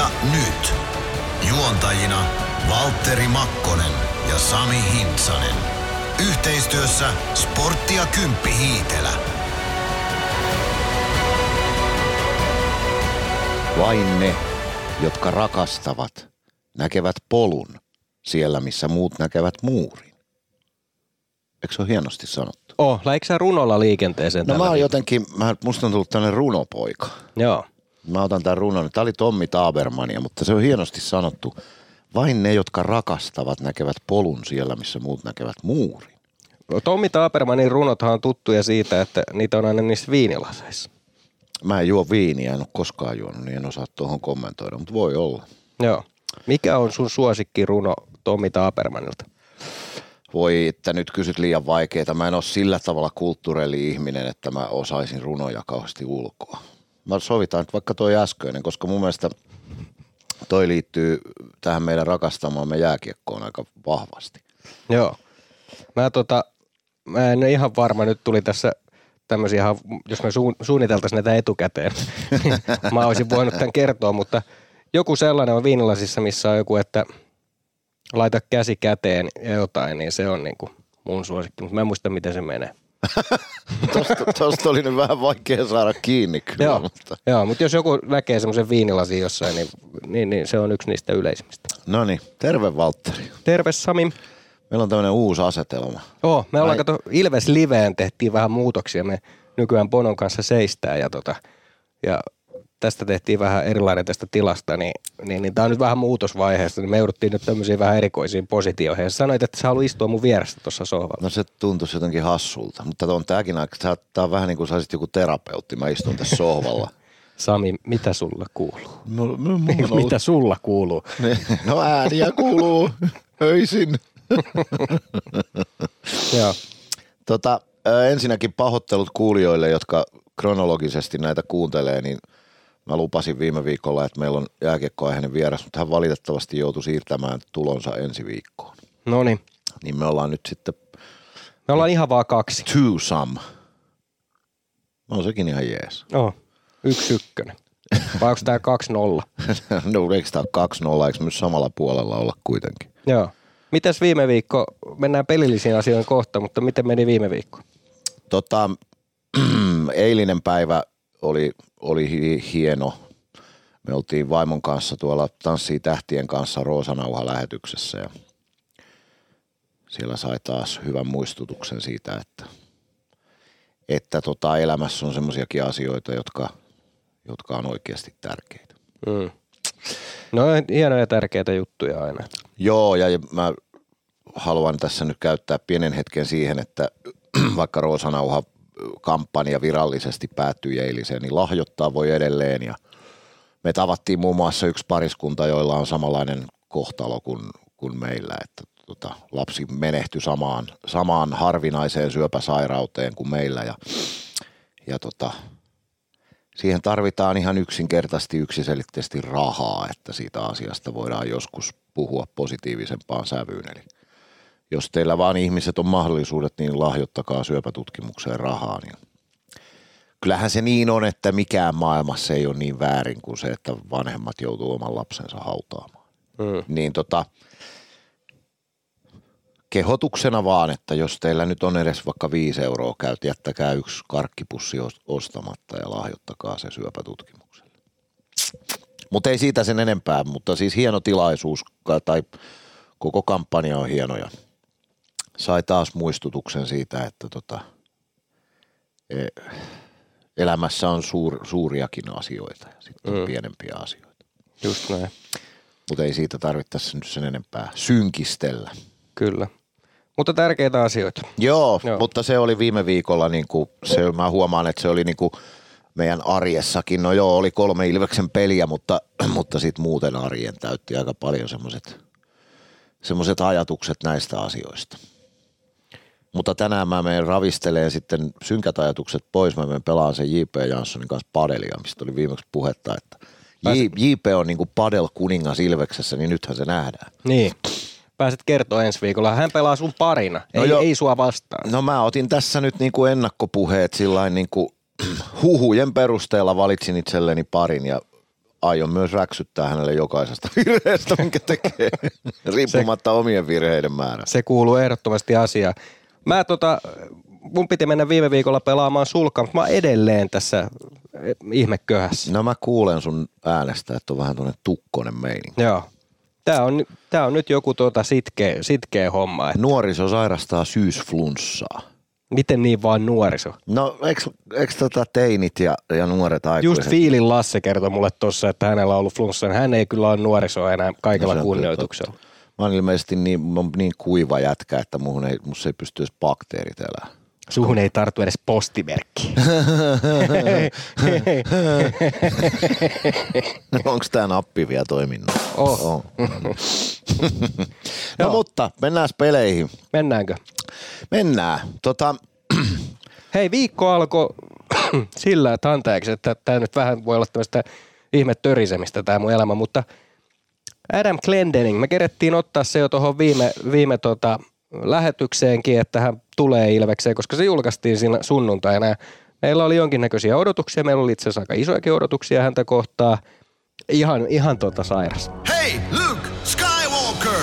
nyt. Juontajina Valtteri Makkonen ja Sami Hintsanen. Yhteistyössä Sporttia Kymppi Hiitelä. Vain ne, jotka rakastavat, näkevät polun siellä, missä muut näkevät muurin. Eikö se ole hienosti sanottu? Läikö sä runolla liikenteeseen? No mä oon jotenkin, musta on tullut tämmönen runopoika. Joo. Mä otan tämän runon. Tää oli Tommi Tabermania, mutta se on hienosti sanottu. Vain ne, jotka rakastavat, näkevät polun siellä, missä muut näkevät muurin. Tommi Tabermanin runothan on tuttuja siitä, että niitä on aina niissä viinilaseissa. Mä en juo viiniä, en ole koskaan juonut, niin en osaa tuohon kommentoida, mutta voi olla. Joo. Mikä on sun suosikkiruno Tommi Tabermanilta? Voi, että nyt kysyt liian vaikeita. Mä en ole sillä tavalla kulttuureli-ihminen, että mä osaisin runoja kauheasti ulkoa. Mä sovitaan nyt vaikka toi äskeinen, koska mun mielestä toi liittyy tähän meidän rakastamaamme jääkiekkoon aika vahvasti. Joo. Mä en ole ihan varma, nyt tuli tässä tämmöisiä, jos me suunniteltaisiin näitä etukäteen, niin mä olisin voinut tämän kertoa, mutta joku sellainen on viinilasissa, missä on joku, että laita käsi käteen ja jotain, niin se on niin kuin mun suosikki, mutta mä en muista, miten se menee. Tosta oli nyt vähän vaikea saada kiinni kyllä. Joo, mutta jos joku näkee semmoisen viinilasin jossain, niin se on yksi niistä yleisimmistä. No niin, terve Valtteri. Terve Sami. Meillä on tämmöinen uusi asetelma. Me ollaan Ilves Liveen tehtiin vähän muutoksia. Me nykyään Bonon kanssa seistään ja tästä tehtiin vähän erilainen tästä tilasta, niin tää on nyt vähän muutosvaiheessa. Niin me jouduttiin nyt tämmöisiin vähän erikoisiin positioihin. Ja sanoit, että sä haluat istua mun vierestä tuossa sohvalla. No se tuntuisi jotenkin hassulta, mutta on tääkin aika, tää on vähän niin kuin sä olisit joku terapeutti. Mä istun tässä sohvalla. Sami, mitä sulla kuuluu? Mitä sulla kuuluu? No ääniä kuuluu öisin. Joo. Ensinnäkin pahoittelut kuulijoille, jotka kronologisesti näitä kuuntelee, niin mä lupasin viime viikolla, että meillä on jääkiekkoaiheinen vieras, mutta hän valitettavasti joutui siirtämään tulonsa ensi viikkoon. Noniin. Niin me ollaan nyt sitten... Me ollaan ihan vaan 2. Twosome. No sekin ihan jees. 1-1. Vai onko tää 2-0? No eikö tää ole 2-0, eikö myös samalla puolella olla kuitenkin? Joo. Mitäs viime viikko? Mennään pelillisiin asioihin kohta, mutta miten meni viime viikko? Eilinen päivä oli hieno. Me oltiin vaimon kanssa tuolla Tanssii tähtien kanssa Roosanauha-lähetyksessä ja siellä sai taas hyvän muistutuksen siitä, että elämässä on semmoisiakin asioita, jotka on oikeasti tärkeitä. Mm. No hienoja ja tärkeitä juttuja aina. Joo, ja mä haluan tässä nyt käyttää pienen hetken siihen, että vaikka Roosanauha-kampanja virallisesti päättyi eiliseen, niin lahjoittaa voi edelleen. Ja me tavattiin muun muassa yksi pariskunta, joilla on samanlainen kohtalo kuin meillä, että lapsi menehtyi samaan harvinaiseen syöpäsairauteen kuin meillä. Ja siihen tarvitaan ihan yksinkertaisesti yksiselitteisesti rahaa, että siitä asiasta voidaan joskus puhua positiivisempaan sävyyn. Eli jos teillä vaan ihmiset on mahdollisuudet, niin lahjoittakaa syöpätutkimukseen rahaa. Niin kyllähän se niin on, että mikään maailmassa ei ole niin väärin kuin se, että vanhemmat joutuu oman lapsensa hautaamaan. Niin kehotuksena vaan, että jos teillä nyt on edes vaikka 5 euroa käyt, jättäkää 1 karkkipussi ostamatta ja lahjoittakaa se syöpätutkimukselle. Mutta ei siitä sen enempää, mutta siis hieno tilaisuus tai koko kampanja on hieno ja sai taas muistutuksen siitä, että elämässä on suuriakin asioita ja sitten on pienempiä asioita. Just näin. Mutta ei siitä tarvittaisi nyt sen enempää synkistellä. Kyllä. Mutta tärkeitä asioita. Joo, mutta se oli viime viikolla, mä huomaan, että se oli meidän arjessakin. No joo, oli 3 Ilveksen peliä, mutta sitten muuten arjen täytti aika paljon semmoiset ajatukset näistä asioista. Mutta tänään mä menen ravistelemaan sitten synkät ajatukset pois. Mä menen pelaan sen J.P. Janssonin kanssa padelia, mistä oli viimeksi puhetta, että J.P. on niinku padel-kuningas Ilveksessä, niin nythän se nähdään. Niin. Pääset kertoa ensi viikolla. Hän pelaa sun parina, ei sua vastaan. No mä otin tässä nyt niinku ennakkopuheet sillain niinku huhujen perusteella valitsin itselleni parin ja aion myös räksyttää hänelle jokaisesta virheestä, minkä tekee, riippumatta omien virheiden määrästä. Se kuuluu ehdottomasti asiaan. Mun piti mennä viime viikolla pelaamaan sulkaa, mutta mä oon edelleen tässä ihmeköhässä. No mä kuulen sun äänestä, että on vähän tuonne tukkonen meininki. Joo. Tää on nyt joku sitkeä homma. Että... Nuoriso sairastaa syysflunssaa. Miten niin vaan nuoriso? No eikö teinit ja nuoret aikuiset? Just Fiilin Lasse kertoi mulle tossa, että hänellä on ollut flunssa. Hän ei kyllä ole nuorisoa enää kaikella kunnioituksella. Mä oon ilmeisesti niin kuiva jätkä, että musta ei pysty edes bakteerit elää. Suhun ei tartu edes postimerkki. Onko tää nappi vielä toiminut? Oh. No mutta, mennään peleihin. Mennäänkö? Mennään. Hei, viikko alkoi sillä, että anteeksi, että tämä nyt vähän voi olla tämmöistä ihme törisemistä tämä mun elämä, mutta Adam Clendening, me kerettiin ottaa se jo tuohon viime lähetykseenkin, että hän tulee Ilvekseen, koska se julkaistiin siinä sunnuntaina. Meillä oli jonkinnäköisiä odotuksia, meillä oli itse asiassa aika isojakin odotuksia häntä kohtaan. Ihan sairas. Hey, Luke Skywalker!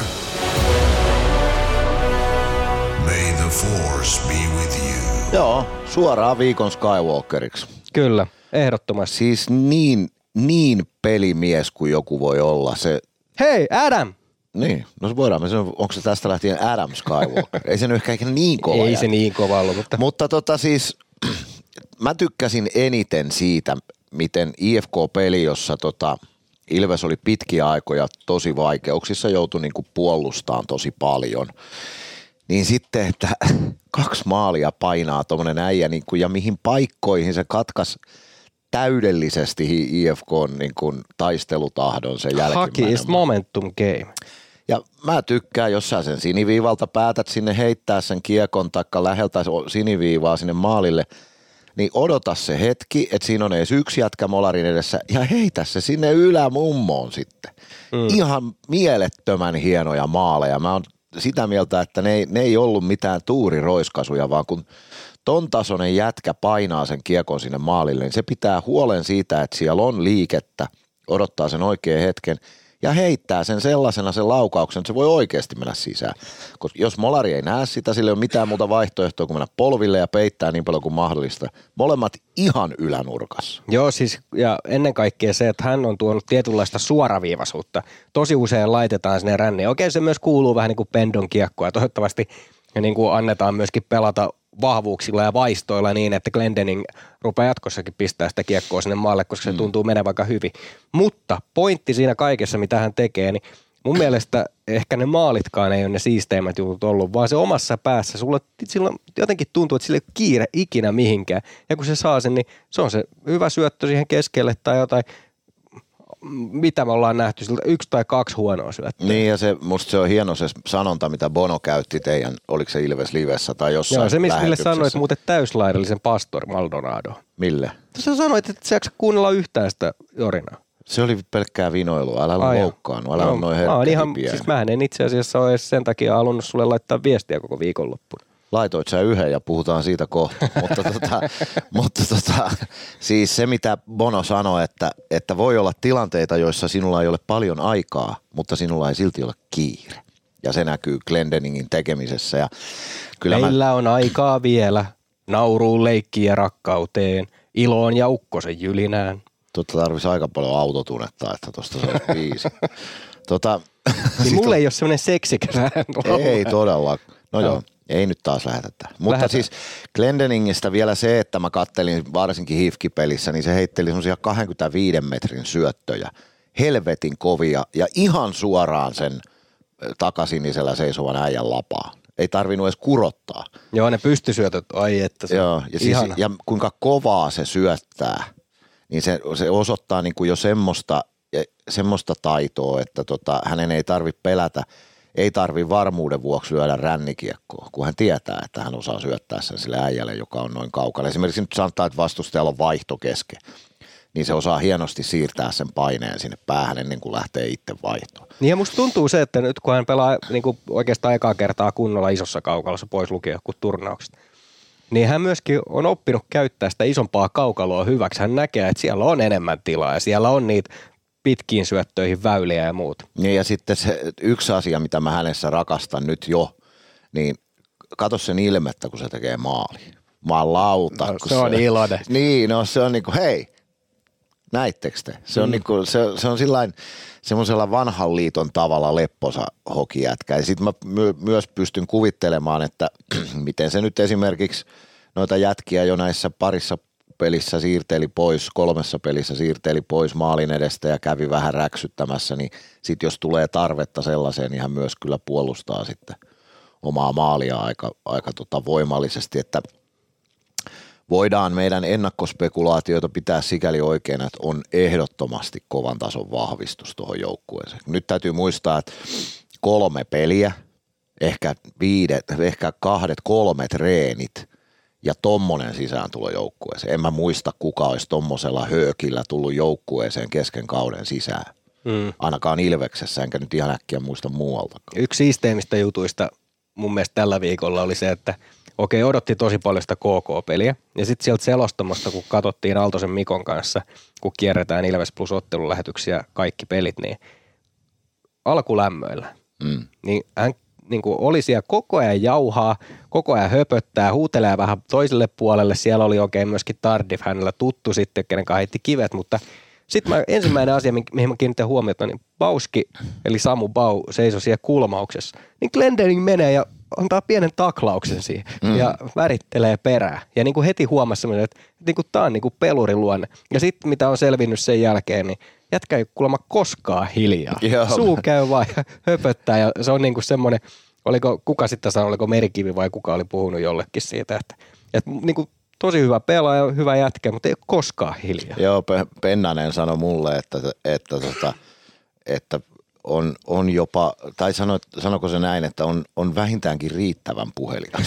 May the Force be with you. Joo, suoraan viikon Skywalkeriksi. Kyllä, ehdottomasti. Siis niin pelimies kuin joku voi olla. Hei, Adam! Niin, no se voidaan. Onko se tästä lähtien Adam Skywalker? Ei se nyt ehkä niin kova. Ei se niin kova ollut, Mutta siis mä tykkäsin eniten siitä, miten IFK-peli, jossa Ilves oli pitkiä aikoja tosi vaikeuksissa, joutui niinku puolustamaan tosi paljon. Niin sitten, että 2 maalia painaa tommonen äijä niinku, ja mihin paikkoihin se katkas täydellisesti IFK:n niinku taistelutahdon sen jälkimmäinen. Hockey is momentum game. Ja mä tykkään, jos sä sen siniviivalta päätät sinne heittää sen kiekon taikka läheltä siniviivaa sinne maalille, niin odota se hetki, että siinä on edes yksi jätkä molarin edessä ja heitä se sinne ylämummoon sitten. Ihan mielettömän hienoja maaleja. Mä oon sitä mieltä, että ne ei ollut mitään tuuriroiskasuja, vaan kun ton tasoinen jätkä painaa sen kiekon sinne maalille, niin se pitää huolen siitä, että siellä on liikettä, odottaa sen oikean hetken ja heittää sen sellaisena sen laukauksen, että se voi oikeasti mennä sisään. Koska jos molari ei näe sitä, sillä ei ole mitään muuta vaihtoehtoa kuin mennä polville ja peittää niin paljon kuin mahdollista. Molemmat ihan ylänurkassa. Joo, siis ja ennen kaikkea se, että hän on tuonut tietynlaista suoraviivaisuutta. Tosi usein laitetaan sinne ränniin. Okei, se myös kuuluu vähän niin kuin pendon kiekkoa ja toivottavasti niin kuin annetaan myöskin pelata vahvuuksilla ja vaistoilla niin, että Clendening rupeaa jatkossakin pistää sitä kiekkoa sinne maalle, koska se tuntuu menevän aika hyvin. Mutta pointti siinä kaikessa, mitä hän tekee, niin mun mielestä ehkä ne maalitkaan ei ole ne siisteimmät jutut ollut, vaan se omassa päässä. Silloin jotenkin tuntuu, että sillä ei ole kiire ikinä mihinkään. Ja kun se saa sen, niin se on se hyvä syöttö siihen keskelle tai jotain. Mitä me ollaan nähty siltä, 1 tai 2 huonoa syöttöä. Niin ja musta se on hieno se sanonta, mitä Bono käytti teidän, oliko se Ilves Livessä tai jossain Joo, se mille lähetyksessä. sanoit muuten täyslaidallisen pastor Maldonado. Mille? Sä sanoit, että sä jaksa kuunnella yhtään sitä jorinaa. Se oli pelkkää vinoilua, älä ole loukkaanut, älä ole noin herkkähipiä. Siis mähän en itse asiassa ole edes sen takia halunnut sulle laittaa viestiä koko viikonloppuun. Laitoit sä yhden ja puhutaan siitä kohta, mutta siis se mitä Bono sanoi, että voi olla tilanteita, joissa sinulla ei ole paljon aikaa, mutta sinulla ei silti ole kiire. Ja se näkyy Clendeningin tekemisessä. Ja kyllä meillä on aikaa vielä, nauruun, leikkiin ja rakkauteen, iloon ja ukkosen jylinään. Tarvisi aika paljon autotunetta, että tuosta se olisi biisi. Niin mulle ei ole semmoinen seksikäs ääni. Ei todella. No joo. Ei nyt taas lähetetä. Mutta siis Clendeningistä vielä se, että mä kattelin varsinkin HIFK-pelissä, niin se heitteli semmoisia 25 metrin syöttöjä. Helvetin kovia ja ihan suoraan sen takasinisellä seisovan äijän lapaa. Ei tarvinnut edes kurottaa. Joo, ne pystysyötöt, ai että se joo, ja kuinka kovaa se syöttää, niin se osoittaa niin kuin jo semmoista taitoa, että hänen ei tarvitse pelätä. Ei tarvi varmuuden vuoksi lyödä rännikiekkoa, kun hän tietää, että hän osaa syöttää sen sille äijälle, joka on noin kaukana. Esimerkiksi nyt sanotaan, että vastustajalla on vaihto kesken, niin se osaa hienosti siirtää sen paineen sinne päähän ennen kuin lähtee itse vaihtoon. Niin ja musta tuntuu se, että nyt kun hän pelaa niin kuin oikeastaan ekaa kertaa kunnolla isossa kaukalossa pois lukien joku turnaukset, niin hän myöskin on oppinut käyttää sitä isompaa kaukaloa hyväksi. Hän näkee, että siellä on enemmän tilaa ja siellä on niitä pitkiin syöttöihin väyliä ja muut. Niin ja sitten se yksi asia, mitä mä hänessä rakastan nyt jo, niin kato sen ilmettä, kun se tekee maali. Maalauta. No, se on iloinen. Niin, no se on niinku, hei, näittekö te? Se on niinku, se on sillain semmoisella vanhan liiton tavalla lepposa hokijätkä. Ja sitten mä myös pystyn kuvittelemaan, että miten se nyt esimerkiksi noita jätkiä jo näissä parissa pelissä siirteli pois, 3 pelissä siirteli pois maalin edestä ja kävi vähän räksyttämässä, niin sitten jos tulee tarvetta sellaiseen, niin hän myös kyllä puolustaa sitten omaa maalia aika voimallisesti, että voidaan meidän ennakkospekulaatioita pitää sikäli oikein, että on ehdottomasti kovan tason vahvistus tuohon joukkueeseen. Nyt täytyy muistaa, että 3 peliä, ehkä 2-3 treenit ja tommonen sisään tulo joukkueeseen. En mä muista, kuka olisi tommosella höökillä tullut joukkueeseen kesken kauden sisään. Ainakaan Ilveksessä, enkä nyt ihan äkkiä muista muualtakaan. Yksi siisteimmistä jutuista mun mielestä tällä viikolla oli se, että odotti tosi paljon sitä KK-peliä. Ja sitten sieltä selostamosta, kun katsottiin Aaltosen Mikon kanssa, kun kierretään Ilves Plus ottelulähetyksiä kaikki pelit, niin alkulämmöillä. Niin hän niin kuin oli siellä koko ajan jauhaa, koko ajan höpöttää, huutelee vähän toiselle puolelle. Siellä oli oikein myöskin Tardif hänellä tuttu sitten, kenen kanssa heitti kivet, mutta sitten ensimmäinen asia, mihin mä kiinnitän huomiota, niin Bauski, eli Samu Bau, seisoi siellä kulmauksessa. Niin Glendening menee ja antaa pienen taklauksen siihen ja värittelee perää. Ja niin kuin heti huomasi semmoinen, että niin kuin tää on niin kuin pelurin luonne. Ja sitten mitä on selvinnyt sen jälkeen, niin jätkä ei kuulemma koskaan hiljaa. Joo. Suu käy vaan ja höpöttää ja se on niin kuin semmoinen, kuka sitten sanoi, oliko Merikivi vai kuka oli puhunut jollekin siitä, että niin kuin tosi hyvä pelaaja, hyvä jätkä, mutta ei ole koskaan hiljaa. Joo, Pennanen sanoi mulle, että on jopa, tai sanoko se näin, että on vähintäänkin riittävän puhelias.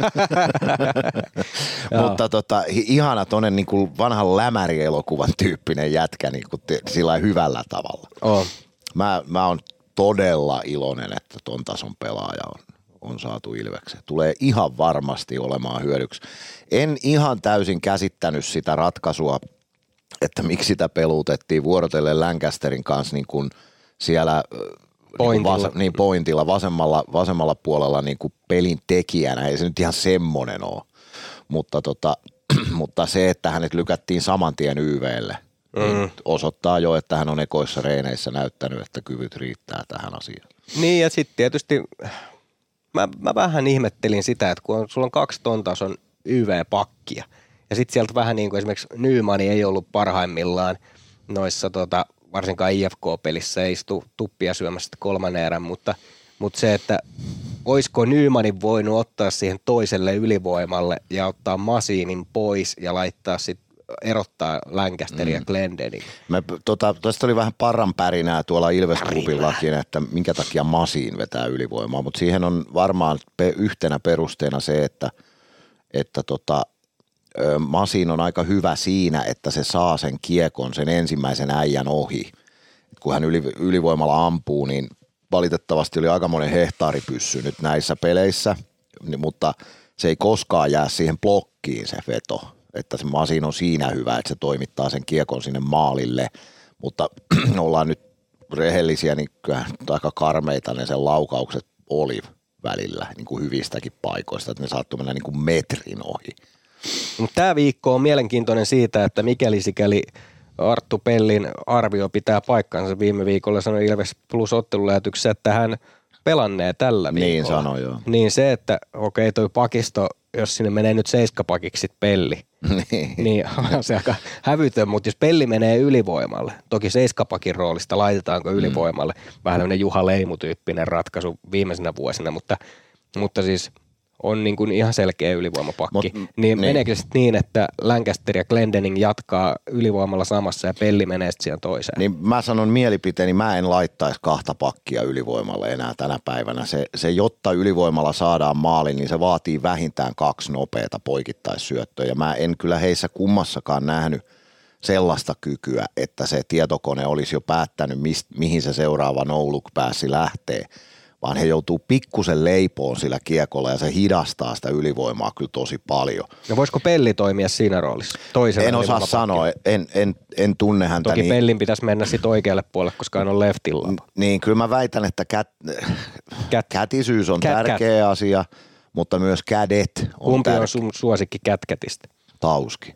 Mutta ihana toinen niin kuin vanhan lämärielokuvan tyyppinen jätkä niin kuin sillä hyvällä tavalla. Oh. Mä oon todella iloinen, että ton tason pelaaja on saatu Ilvekseen. Tulee ihan varmasti olemaan hyödyksi. En ihan täysin käsittänyt sitä ratkaisua, että miksi sitä peluutettiin vuorotellen Lancasterin kanssa niin kuin siellä pointilla vasemmalla puolella niin kuin pelin tekijänä. Ei se nyt ihan semmoinen ole. Mutta se, että hänet lykättiin saman tien YVlle, niin osoittaa jo, että hän on ekoissa reeneissä näyttänyt, että kyvyt riittää tähän asiaan. Niin ja sitten tietysti mä vähän ihmettelin sitä, että kun sulla on 2 ton tason YV-pakkia ja sitten sieltä vähän niin kuin esimerkiksi Nyman ei ollut parhaimmillaan noissa varsinkaan IFK-pelissä ei istu tuppia syömässä 3. erän, mutta se, että olisiko Nymanin voinut ottaa siihen toiselle ylivoimalle ja ottaa Masiinin pois ja laittaa sitten erottaa Lancasteria ja Glendening. Tästä oli vähän parranpärinää tuolla Ilves-klubillakin, että minkä takia Masiin vetää ylivoimaa, mutta siihen on varmaan yhtenä perusteena se, että Masiin on aika hyvä siinä, että se saa sen kiekon, sen ensimmäisen äijän ohi. Kun hän ylivoimalla ampuu, niin valitettavasti oli aikamoinen hehtaaripyssy nyt näissä peleissä, mutta se ei koskaan jää siihen blokkiin se veto. Että se Masiin on siinä hyvä, että se toimittaa sen kiekon sinne maalille, mutta ollaan nyt rehellisiä, niin kyllä aika karmeita ne sen laukaukset oli välillä niin kuin hyvistäkin paikoista, että ne saattoi mennä niin kuin metrin ohi. Tämä viikko on mielenkiintoinen siitä, että mikäli sikäli Arttu Pellin arvio pitää paikkansa. Viime viikolla sanoi Ilves Plus ottelulähetyksessä, että hän pelannee tällä viikolla. Niin sanoi joo. Niin se, että okei toi pakisto, jos sinne menee nyt 7-pakiksi Pelli, niin on se aika hävytön, mutta jos Pelli menee ylivoimalle, toki 7-pakin roolista laitetaanko ylivoimalle, vähän tämmöinen Juha Leimu-tyyppinen ratkaisu viimeisenä vuosina, mutta siis on niin kuin ihan selkeä ylivoimapakki. Niin meneekö sitten niin, että Lancaster ja Glendening jatkaa ylivoimalla samassa ja Pelli menee sitten siihen toiseen? Niin mä sanon mielipiteeni, mä en laittaisi 2 pakkia ylivoimalle enää tänä päivänä. Se jotta ylivoimalla saadaan maali, niin se vaatii vähintään 2 nopeata poikittaisyöttöä. Ja mä en kyllä heissä kummassakaan nähnyt sellaista kykyä, että se tietokone olisi jo päättänyt, mihin se seuraava no-look-päässi lähtee. vaan he joutuu pikkusen leipoon sillä kiekolla ja se hidastaa sitä ylivoimaa kyllä tosi paljon. No voisiko Pelli toimia siinä roolissa? Toisella en osaa sanoa, en tunne häntä. Toki Pellin pitäisi mennä sitten oikealle puolelle, koska hän on leftillä. Niin, kyllä mä väitän, että kätisyys on tärkeä asia, mutta myös kädet on Kumpi on sun suosikki kätkätistä? Tauski.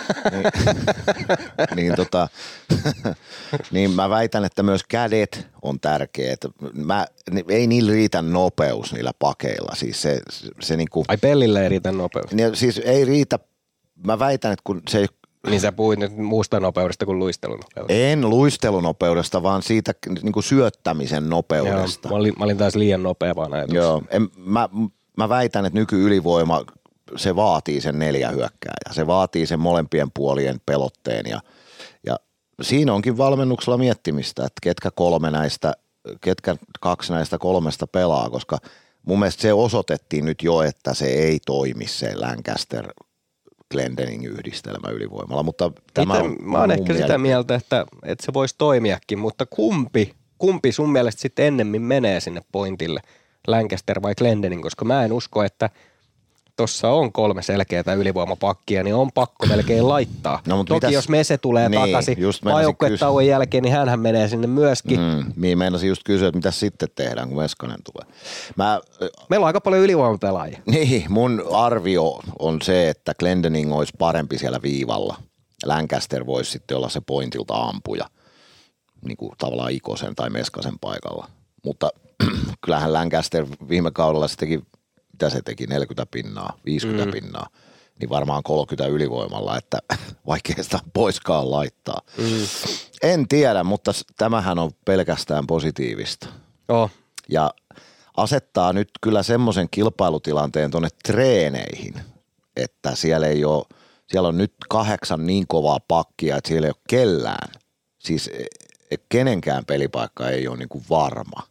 niin mä väitän, että myös kädet on tärkeät. Ei niillä riitä nopeus niillä pakeilla. Siis se niinku, Ai Pellille ei riitä nopeus? Siis ei riitä, mä väitän, että kun se ei. Niin sä puhuit nyt muusta nopeudesta kuin luistelunopeudesta. En luistelunopeudesta, vaan siitä niinku syöttämisen nopeudesta. Joo, mä olin taas liian nopea vaan ajatuksena. Joo, mä väitän, että nykyylivoima, se vaatii sen 4 hyökkääjää. Se vaatii sen molempien puolien pelotteen ja siinä onkin valmennuksella miettimistä, että ketkä 2 näistä 3 pelaa, koska mun mielestä se osoitettiin nyt jo, että se ei toimi se Lancaster Glendening yhdistelmä ylivoimalla, mutta mä oon ehkä sitä mieltä, että se voisi toimiakin, mutta kumpi sun mielestä sitten ennemmin menee sinne pointille, Lancaster vai Glendening, koska mä en usko, että tossa on 3 selkeää ylivoimapakkia, niin on pakko melkein laittaa. No, toki jos Mese tulee takaisin maajoukkuetauon jälkeen, niin hänhän menee sinne myöskin. Meinasin just kysyä, että mitä sitten tehdään, kun Meskanen tulee. Meillä on aika paljon ylivoimapelaajia. Niin, mun arvio on se, että Glendening olisi parempi siellä viivalla. Lancaster voisi sitten olla se pointilta ampuja, niin kuin tavallaan Ikosen tai Meskasen paikalla. Mutta kyllähän Lancaster viime kaudella se teki, mitä se teki, 40 pinnaa, 50 pinnaa, niin varmaan 30 ylivoimalla, että vaikea sitä poiskaan laittaa. En tiedä, mutta tämähän on pelkästään positiivista. Oh. Ja asettaa nyt kyllä semmoisen kilpailutilanteen tuonne treeneihin, että siellä on nyt 8 niin kovaa pakkia, että siellä ei ole kellään. Siis kenenkään pelipaikka ei ole niin kuin varma.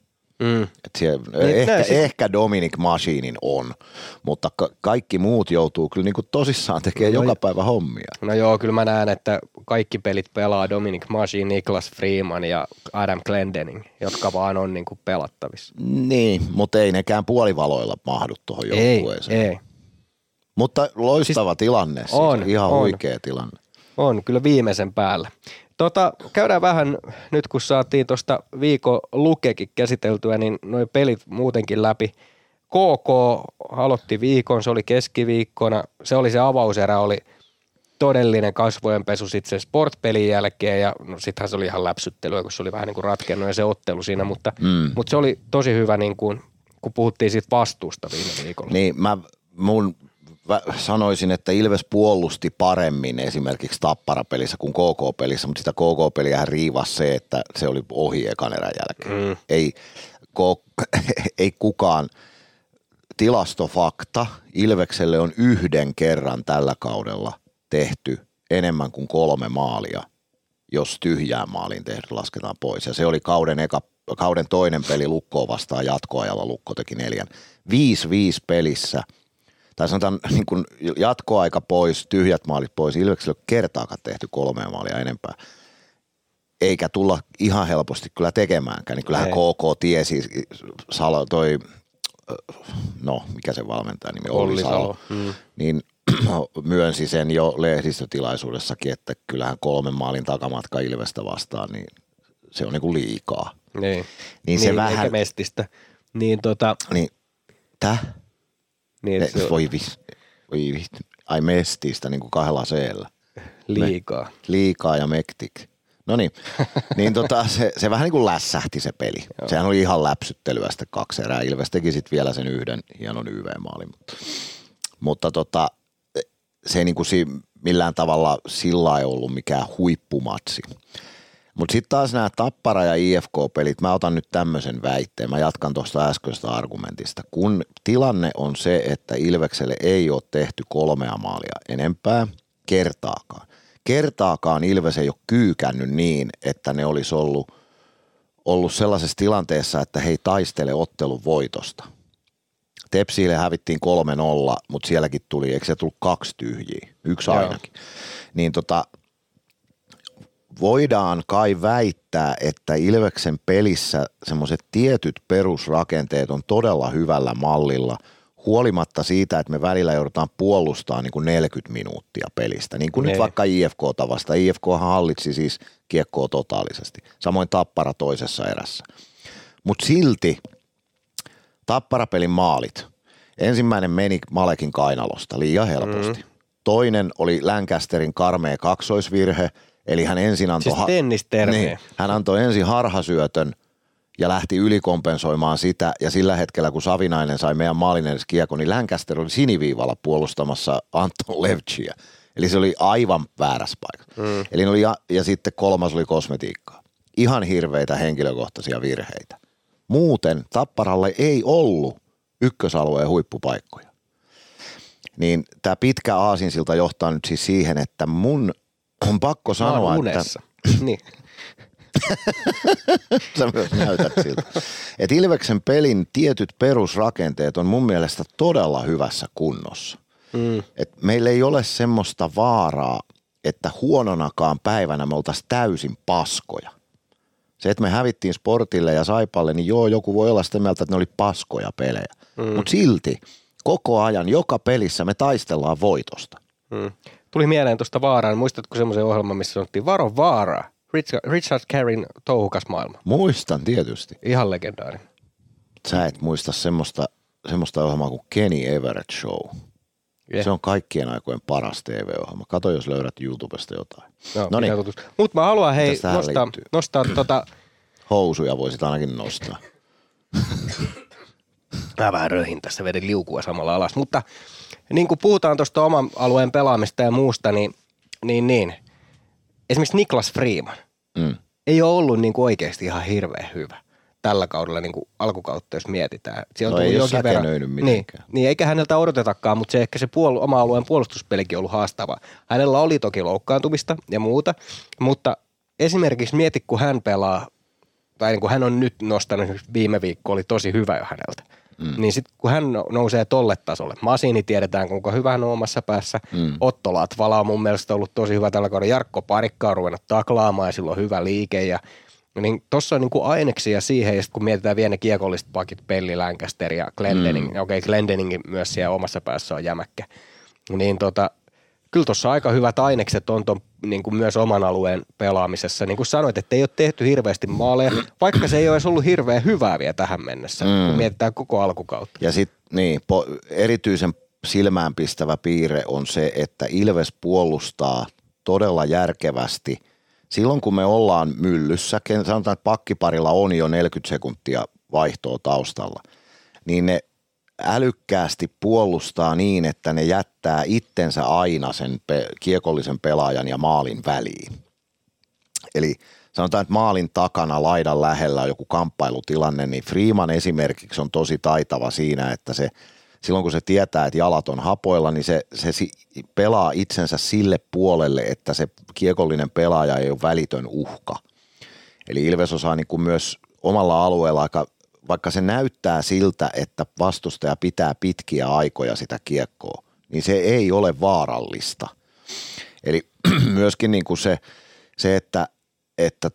Ehkä Dominic Machinin on, mutta kaikki muut joutuu kyllä niinku tosissaan tekemään joka päivä hommia. No joo, kyllä mä näen, että kaikki pelit pelaa Dominic Machine, Niklas Freeman ja Adam Glendening, jotka vaan on niinku pelattavissa. Niin, mutta ei nekään puolivaloilla mahdu tuohon joukkueeseen. Ei. Mutta loistava tilanne, ihan huikea tilanne. On, kyllä viimeisen päällä. Käydään vähän, nyt kun saatiin tuosta viikon lukekin käsiteltyä, niin noi pelit muutenkin läpi. KK aloitti viikon, se oli keskiviikkona, se oli se avauserä, oli todellinen kasvojenpesu sitten se Sport-pelin jälkeen ja no sittenhän se oli ihan läpsyttelyä, kun se oli vähän niin kuin ratkennut ja se ottelu siinä, mutta se oli tosi hyvä niin kuin, kun puhuttiin siitä vastuusta viime viikolla. Niin, mun sanoisin, että Ilves puolusti paremmin esimerkiksi Tappara-pelissä kuin KK-pelissä, mutta sitä KK-peliähän riivasi se, että se oli ohi ekan erän jälkeen. Ei kukaan tilastofakta. Ilvekselle on 1 kerran tällä kaudella tehty enemmän kuin 3 maalia, jos tyhjään maaliin tehty lasketaan pois. Ja se oli kauden toinen peli Lukkoa vastaan jatkoajalla. Lukko teki 4. 5-5 pelissä. Tai sanotaan niin kuin jatkoaika pois, tyhjät maalit pois, Ilveksellä ei ole kertaakaan tehty 3 maalia enempää. Eikä tulla ihan helposti kyllä tekemäänkään, niin kyllähän KK tiesi, mikä se valmentaja nimi, Olli Salo. Niin myönsi sen jo lehdistötilaisuudessakin, että kyllähän 3 maalin takamatka Ilvestä vastaan, niin se on niin kuin liikaa. Niin se vähän. Eikä Mestistä. Niin Ai Mestistä niin kuin 2 C-llä. Liikaa ja Mektik. No niin, se vähän niin kuin lässähti se peli. Joo. Sehän oli ihan läpsyttelyä sitten 2 erää. Ilves teki sitten vielä sen 1 hienon YV-maalin. Mutta se ei niin kuin millään tavalla sillä ei ollut mikään huippumatsi. Mutta sitten taas nämä Tappara ja IFK-pelit, mä otan nyt tämmöisen väitteen, mä jatkan tuosta äskeisestä argumentista. Kun tilanne on se, että Ilvekselle ei ole tehty 3 maalia enempää kertaakaan Ilves ei ole kyykännyt niin, että ne olisi ollut sellaisessa tilanteessa, että he ei taistele ottelun voitosta. Tepsiille hävittiin 3-0, mutta sielläkin tuli, eikö se tullut 2 tyhjiä, 1 ainakin. Niin voidaan kai väittää, että Ilveksen pelissä semmoiset tietyt perusrakenteet on todella hyvällä mallilla, huolimatta siitä, että me välillä joudutaan puolustamaan niin kuin 40 minuuttia pelistä. Niin kuin nyt vaikka IFK:ta vasta. IFKhan hallitsi siis kiekkoa totaalisesti. Samoin Tappara toisessa erässä. Mutta silti Tapparapelin maalit. Ensimmäinen meni Malekin kainalosta liian helposti. Toinen oli Lancasterin karmea kaksoisvirhe, eli hän ensin antoi... Siis tennistermiä. Niin, hän antoi ensin harhasyötön ja lähti ylikompensoimaan sitä, ja sillä hetkellä, kun Savinainen sai meidän maalin edes kiekon, niin Lancaster oli siniviivalla puolustamassa Anton Levchiä. Eli se oli aivan väärässä paikassa. Eli oli, ja sitten kolmas oli kosmetiikkaa. Ihan hirveitä henkilökohtaisia virheitä. Muuten Tapparalle ei ollut ykkösalueen huippupaikkoja. Niin tämä pitkä aasinsilta johtaa nyt siis siihen, että mun on pakko sanoa, että... niin. Sä myös näytät siltä. Että Ilveksen pelin tietyt perusrakenteet on mun mielestä todella hyvässä kunnossa. Et meillä ei ole semmoista vaaraa, että huononakaan päivänä me oltaisiin täysin paskoja. Se, että me hävittiin Sportille ja Saipalle, niin joo, joku voi olla sitä mieltä, että ne oli paskoja pelejä. Mutta silti koko ajan, joka pelissä me taistellaan voitosta. Tuli mieleen tuosta Vaaraan. Muistatko semmoisen ohjelman, missä sanottiin varo Vaaraa? Richard Carryn touhukas maailma. Muistan tietysti. Ihan legendaarinen. Sä et muista semmoista ohjelmaa kuin Kenny Everett Show. Yeah. Se on kaikkien aikojen paras TV-ohjelma. Kato, jos löydät YouTubesta jotain. No niin. Mutta mä haluan nostaa housuja voisit ainakin nostaa. Mä vähän röhin tässä, vedin liukua samalla alas. Mutta niin kuin puhutaan tuosta oman alueen pelaamista ja muusta, niin esimerkiksi Niklas Freeman ei ole ollut niin kuin oikeasti ihan hirveän hyvä tällä kaudella niin kuin alkukautta, jos mietitään. No ei ole säkenöinyt mitenkään. Niin, eikä häneltä odotetakaan, mutta se ehkä se oma alueen puolustuspelikin on ollut haastava. Hänellä oli toki loukkaantumista ja muuta, mutta esimerkiksi mieti, kun hän pelaa, tai niin kuin hän on nyt nostanut, viime viikko oli tosi hyvä jo häneltä. Niin sitten kun hän nousee tolle tasolle, Masini tiedetään kuinka hyvä hän on omassa päässä, Otto Latvala on mun mielestä ollut tosi hyvä tällä kaudella, Jarkko Parikka on ruvennut taklaamaan ja sillä on hyvä liike ja niin tossa on niinku aineksia siihen, ja sitten kun mietitään vielä ne kiekolliset pakit, Pelli, Lancaster ja Glendening, Glendeningin myös siellä omassa päässä on jämäkkä, niin kyllä tuossa aika hyvät ainekset on niin kuin myös oman alueen pelaamisessa. Niin kuin sanoit, että ei ole tehty hirveästi maaleja, vaikka se ei ole edes ollut hirveän hyvää vielä tähän mennessä, kun mietitään koko alkukautta. Ja sitten erityisen silmäänpistävä piirre on se, että Ilves puolustaa todella järkevästi. Silloin kun me ollaan myllyssä, sanotaan, että pakkiparilla on jo 40 sekuntia vaihtoa taustalla, niin ne älykkäästi puolustaa niin, että ne jättää itsensä aina sen kiekollisen pelaajan ja maalin väliin. Eli sanotaan, että maalin takana laidan lähellä on joku kamppailutilanne, niin Freeman esimerkiksi on tosi taitava siinä, että se silloin kun se tietää, että jalat on hapoilla, niin se pelaa itsensä sille puolelle, että se kiekollinen pelaaja ei ole välitön uhka. Eli Ilves osaa niin kuin myös omalla alueella aika, vaikka se näyttää siltä, että vastustaja pitää pitkiä aikoja sitä kiekkoa, niin se ei ole vaarallista. Eli myöskin niin kuin se että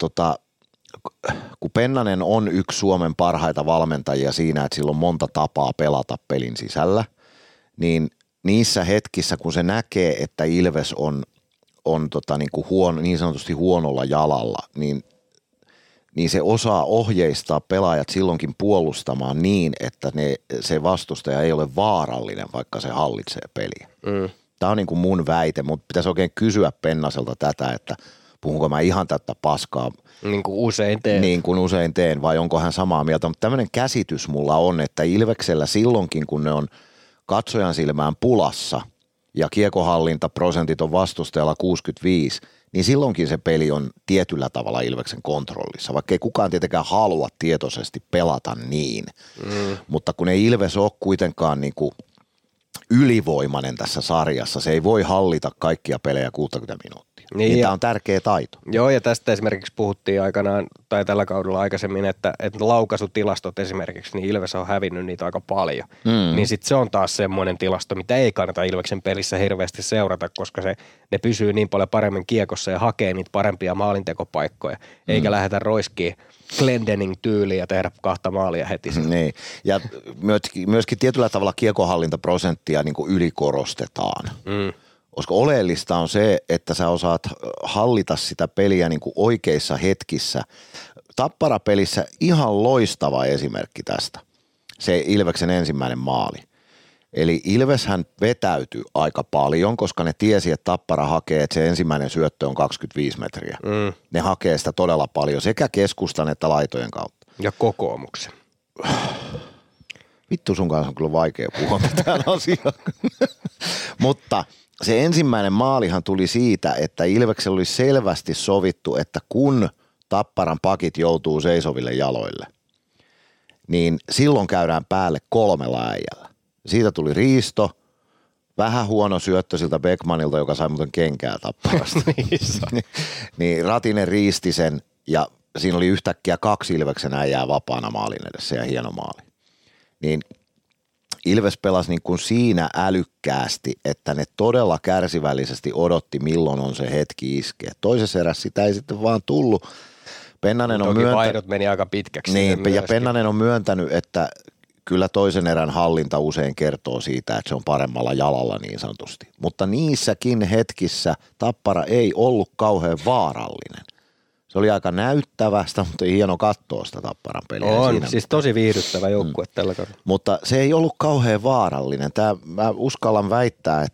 kun Pennanen on yksi Suomen parhaita valmentajia siinä, että sillä on monta tapaa pelata pelin sisällä, niin niissä hetkissä, kun se näkee, että Ilves on niin kuin niin sanotusti huonolla jalalla, niin se osaa ohjeistaa pelaajat silloinkin puolustamaan niin, että se vastustaja ei ole vaarallinen, vaikka se hallitsee peliä. Tämä on niin kuin mun väite, mutta pitäisi oikein kysyä Pennaselta tätä, että puhunko mä ihan tätä paskaa. Niin kuin usein teen. Niin kuin usein teen, vai onko hän samaa mieltä. Mutta tämmöinen käsitys mulla on, että Ilveksellä silloinkin, kun ne on katsojan silmään pulassa ja kiekohallintaprosentit on vastustajalla 65, niin silloinkin se peli on tietyllä tavalla Ilveksen kontrollissa, vaikka ei kukaan tietenkään halua tietoisesti pelata niin. Mutta kun ei Ilves ole kuitenkaan niin kuin ylivoimainen tässä sarjassa, se ei voi hallita kaikkia pelejä 60 minuuttia. Niin tämä on tärkeä taito. Joo, ja tästä esimerkiksi puhuttiin aikanaan, tai tällä kaudella aikaisemmin, että laukaisutilastot esimerkiksi, niin Ilves on hävinnyt niitä aika paljon. Niin sitten se on taas semmoinen tilasto, mitä ei kannata Ilveksen pelissä hirveästi seurata, koska ne pysyy niin paljon paremmin kiekossa ja hakee niitä parempia maalintekopaikkoja, eikä lähdetä roiskiin Glendening-tyyliin ja tehdä 2 maalia heti. Niin, ja myöskin tietyllä tavalla kiekohallintaprosenttia niin kuin ylikorostetaan. Koska oleellista on se, että sä osaat hallita sitä peliä niin kuin oikeissa hetkissä. Tappara-pelissä ihan loistava esimerkki tästä, se Ilveksen ensimmäinen maali. Eli Ilveshän vetäytyi aika paljon, koska ne tiesi, että Tappara hakee, että se ensimmäinen syöttö on 25 metriä. Ne hakee sitä todella paljon sekä keskustan että laitojen kautta. Ja kokoomuksen. Vittu, sun kanssa on kyllä vaikea puhua mitään asiaa. Mutta se ensimmäinen maalihan tuli siitä, että Ilveksellä oli selvästi sovittu, että kun Tapparan pakit joutuu seisoville jaloille, niin silloin käydään päälle 3 äijällä. Siitä tuli riisto, vähän huono syöttö siltä Beckmanilta, joka sai muuten kenkää Tapparasta. Niin Ratinen riisti sen ja siinä oli yhtäkkiä 2 Ilveksen äijää vapaana maalin edessä ja hieno maali. Niin Ilves pelasi niin kuin siinä älykkäästi, että ne todella kärsivällisesti odotti, milloin on se hetki iskeä. Toisessa erässä sitä ei sitten vaan tullut. Pennanen on vaihdot meni aika pitkäksi. Niin, ja Pennanen on myöntänyt, että kyllä toisen erän hallinta usein kertoo siitä, että se on paremmalla jalalla niin sanotusti. Mutta niissäkin hetkissä Tappara ei ollut kauhean vaarallinen. Se oli aika näyttävästä, mutta hieno katsoa sitä Tapparan peliä. On, siis tosi viihdyttävä joukkue tällä kaudella. Mutta se ei ollut kauhean vaarallinen. Mä uskallan väittää,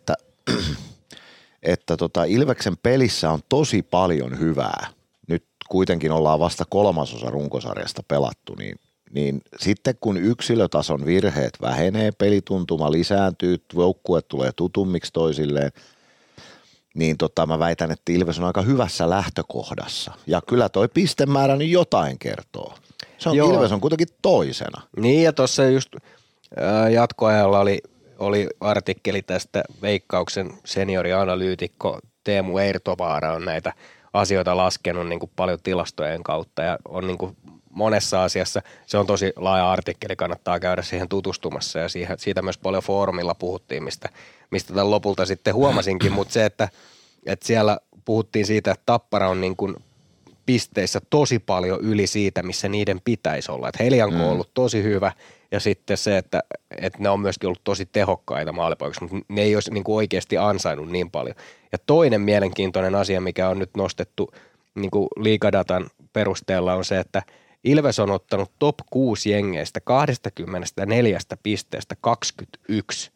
että Ilveksen pelissä on tosi paljon hyvää. Nyt kuitenkin ollaan vasta 3/3 runkosarjasta pelattu, niin sitten kun yksilötason virheet vähenee, pelituntuma lisääntyy, joukkue tulee tutummiksi toisilleen, niin mä väitän, että Ilves on aika hyvässä lähtökohdassa. Ja kyllä toi pistemäärä niin jotain kertoo. Ilves on kuitenkin toisena. Niin ja tuossa just jatkoajalla oli artikkeli tästä Veikkauksen seniorianalyytikko Teemu Eirtovaara on näitä asioita laskenut niin kuin paljon tilastojen kautta ja on niin kuin monessa asiassa, se on tosi laaja artikkeli, kannattaa käydä siihen tutustumassa ja siitä myös paljon foorumilla puhuttiin, mistä tämän lopulta sitten huomasinkin, mutta se, että siellä puhuttiin siitä, että Tappara on niin kuin pisteissä tosi paljon yli siitä, missä niiden pitäisi olla. Että Helianko on ollut tosi hyvä ja sitten se, että ne on myöskin ollut tosi tehokkaita maalipaikoissa, mutta ne ei olisi niin kuin oikeasti ansainnut niin paljon. Ja toinen mielenkiintoinen asia, mikä on nyt nostettu niin kuin liigadatan perusteella on se, että Ilves on ottanut top 6 jengeistä 24 pisteestä 21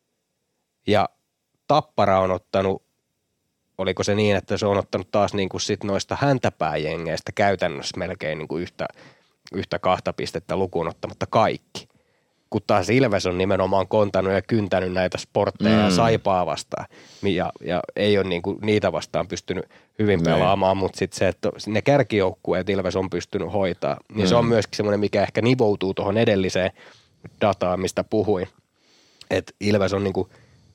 ja Tappara on ottanut, oliko se niin, että se on ottanut taas niin kuin sit noista häntäpääjengeistä käytännössä melkein niin kuin yhtä 2 pistettä lukuun ottamatta kaikki. Kun taas Ilves on nimenomaan kontannut ja kyntänyt näitä sportteja ja Saipaa vastaan ja ei ole niinku niitä vastaan pystynyt hyvin pelaamaan, mutta sitten se, että ne kärkijoukkueet Ilves on pystynyt hoitaa, niin se on myöskin semmoinen, mikä ehkä nivoutuu tuohon edelliseen dataan, mistä puhuin. Että Ilves on niinku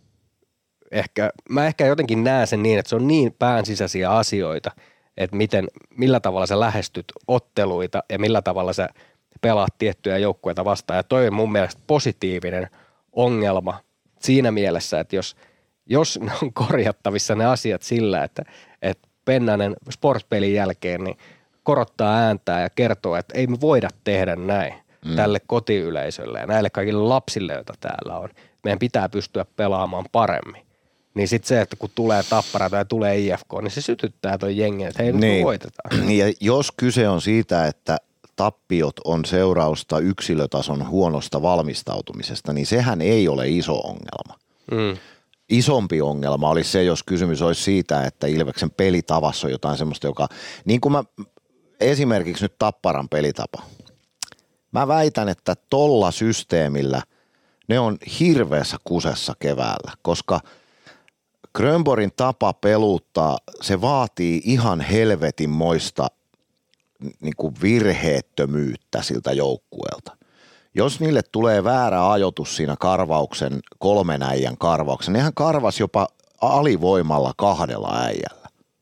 mä ehkä jotenkin näen sen niin, että se on niin päänsisäisiä asioita, että millä tavalla sä lähestyt otteluita ja millä tavalla sä pelaat tiettyjä joukkueita vastaan. Ja toi on mun mielestä positiivinen ongelma siinä mielessä, että jos ne on korjattavissa ne asiat sillä, että Pennanen sportpelin jälkeen niin korottaa ääntää ja kertoo, että ei me voida tehdä näin tälle kotiyleisölle ja näille kaikille lapsille, joita täällä on. Meidän pitää pystyä pelaamaan paremmin. Niin sitten se, että kun tulee Tappara tai tulee IFK, niin se sytyttää toi jengi, että hei, nyt voitetaan. Ja jos kyse on siitä, että tappiot on seurausta yksilötason huonosta valmistautumisesta, niin sehän ei ole iso ongelma. Isompi ongelma olisi se, jos kysymys olisi siitä, että Ilveksen pelitavassa on jotain semmoista, joka, niin kuin esimerkiksi nyt Tapparan pelitapa. Mä väitän, että tolla systeemillä ne on hirveässä kusessa keväällä, koska Grönborgin tapa peluuttaa, se vaatii ihan helvetinmoista niin kuin virheettömyyttä siltä joukkueelta. Jos niille tulee väärä ajoitus siinä karvauksen 3 äijän karvauksen, nehän karvas jopa alivoimalla 2 äijällä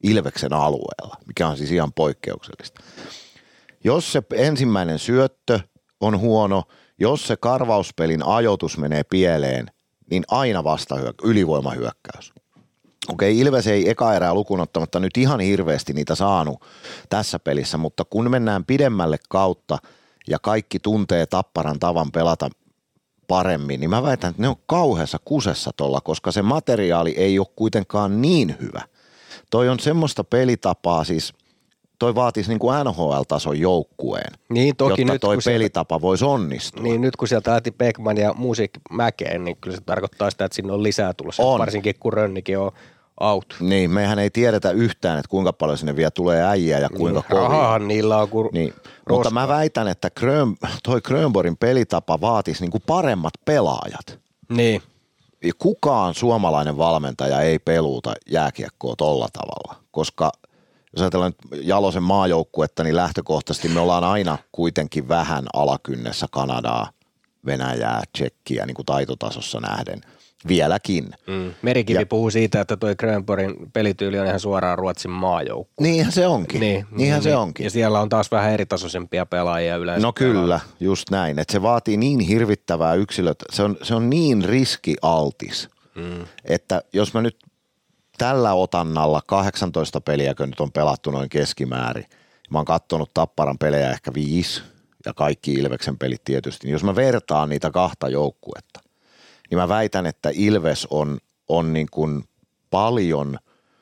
Ilveksen alueella, mikä on siis ihan poikkeuksellista. Jos se ensimmäinen syöttö on huono, jos se karvauspelin ajoitus menee pieleen, niin aina ylivoimahyökkäys. Okei, Ilves ei eka erää lukuun ottamatta nyt ihan hirveästi niitä saanut tässä pelissä, mutta kun mennään pidemmälle kautta ja kaikki tuntee Tapparan tavan pelata paremmin, niin mä väitän, että ne on kauheassa kusessa tolla, koska se materiaali ei ole kuitenkaan niin hyvä. Toi on semmoista pelitapaa siis, toi vaatisi niin kuin NHL-tason joukkueen, niin, toki jotta nyt, toi pelitapa voisi onnistua. Niin nyt kun sieltä lähti Beckman ja Musiik mäkeen, niin kyllä se tarkoittaa sitä, että sinne on lisää tulossa, varsinkin kun Rönnikin on out. Niin, mehän ei tiedetä yhtään, että kuinka paljon sinne vielä tulee äijää ja kuinka niin, kovia. Rahahan niillä on kuin niin. Mutta mä väitän, että toi Grönborgin pelitapa vaatisi niinku paremmat pelaajat. Niin. Kukaan suomalainen valmentaja ei peluuta jääkiekkoa tolla tavalla, koska jos ajatellaan nyt Jalosen maajoukkuetta, niin lähtökohtaisesti me ollaan aina kuitenkin vähän alakynnessä Kanadaa, Venäjää, Tšekkiä niin kuin taitotasossa nähden. Vieläkin. Merikivi puhuu siitä, että toi Grönborgin pelityyli on ihan suoraan Ruotsin maajoukkue. Niinhän se onkin. Niinhän se onkin. Ja siellä on taas vähän eritasoisempia pelaajia yleensä. No kyllä, just näin. Että se vaatii niin hirvittävää yksilöt, se on niin riskialtis, että jos mä nyt tällä otannalla 18 peliäkö nyt on pelattu noin keskimäärin, mä oon kattonut Tapparan pelejä ehkä 5 ja kaikki Ilveksen pelit tietysti, niin jos mä vertaan niitä kahta joukkuetta, niin mä väitän, että Ilves on niin kuin paljon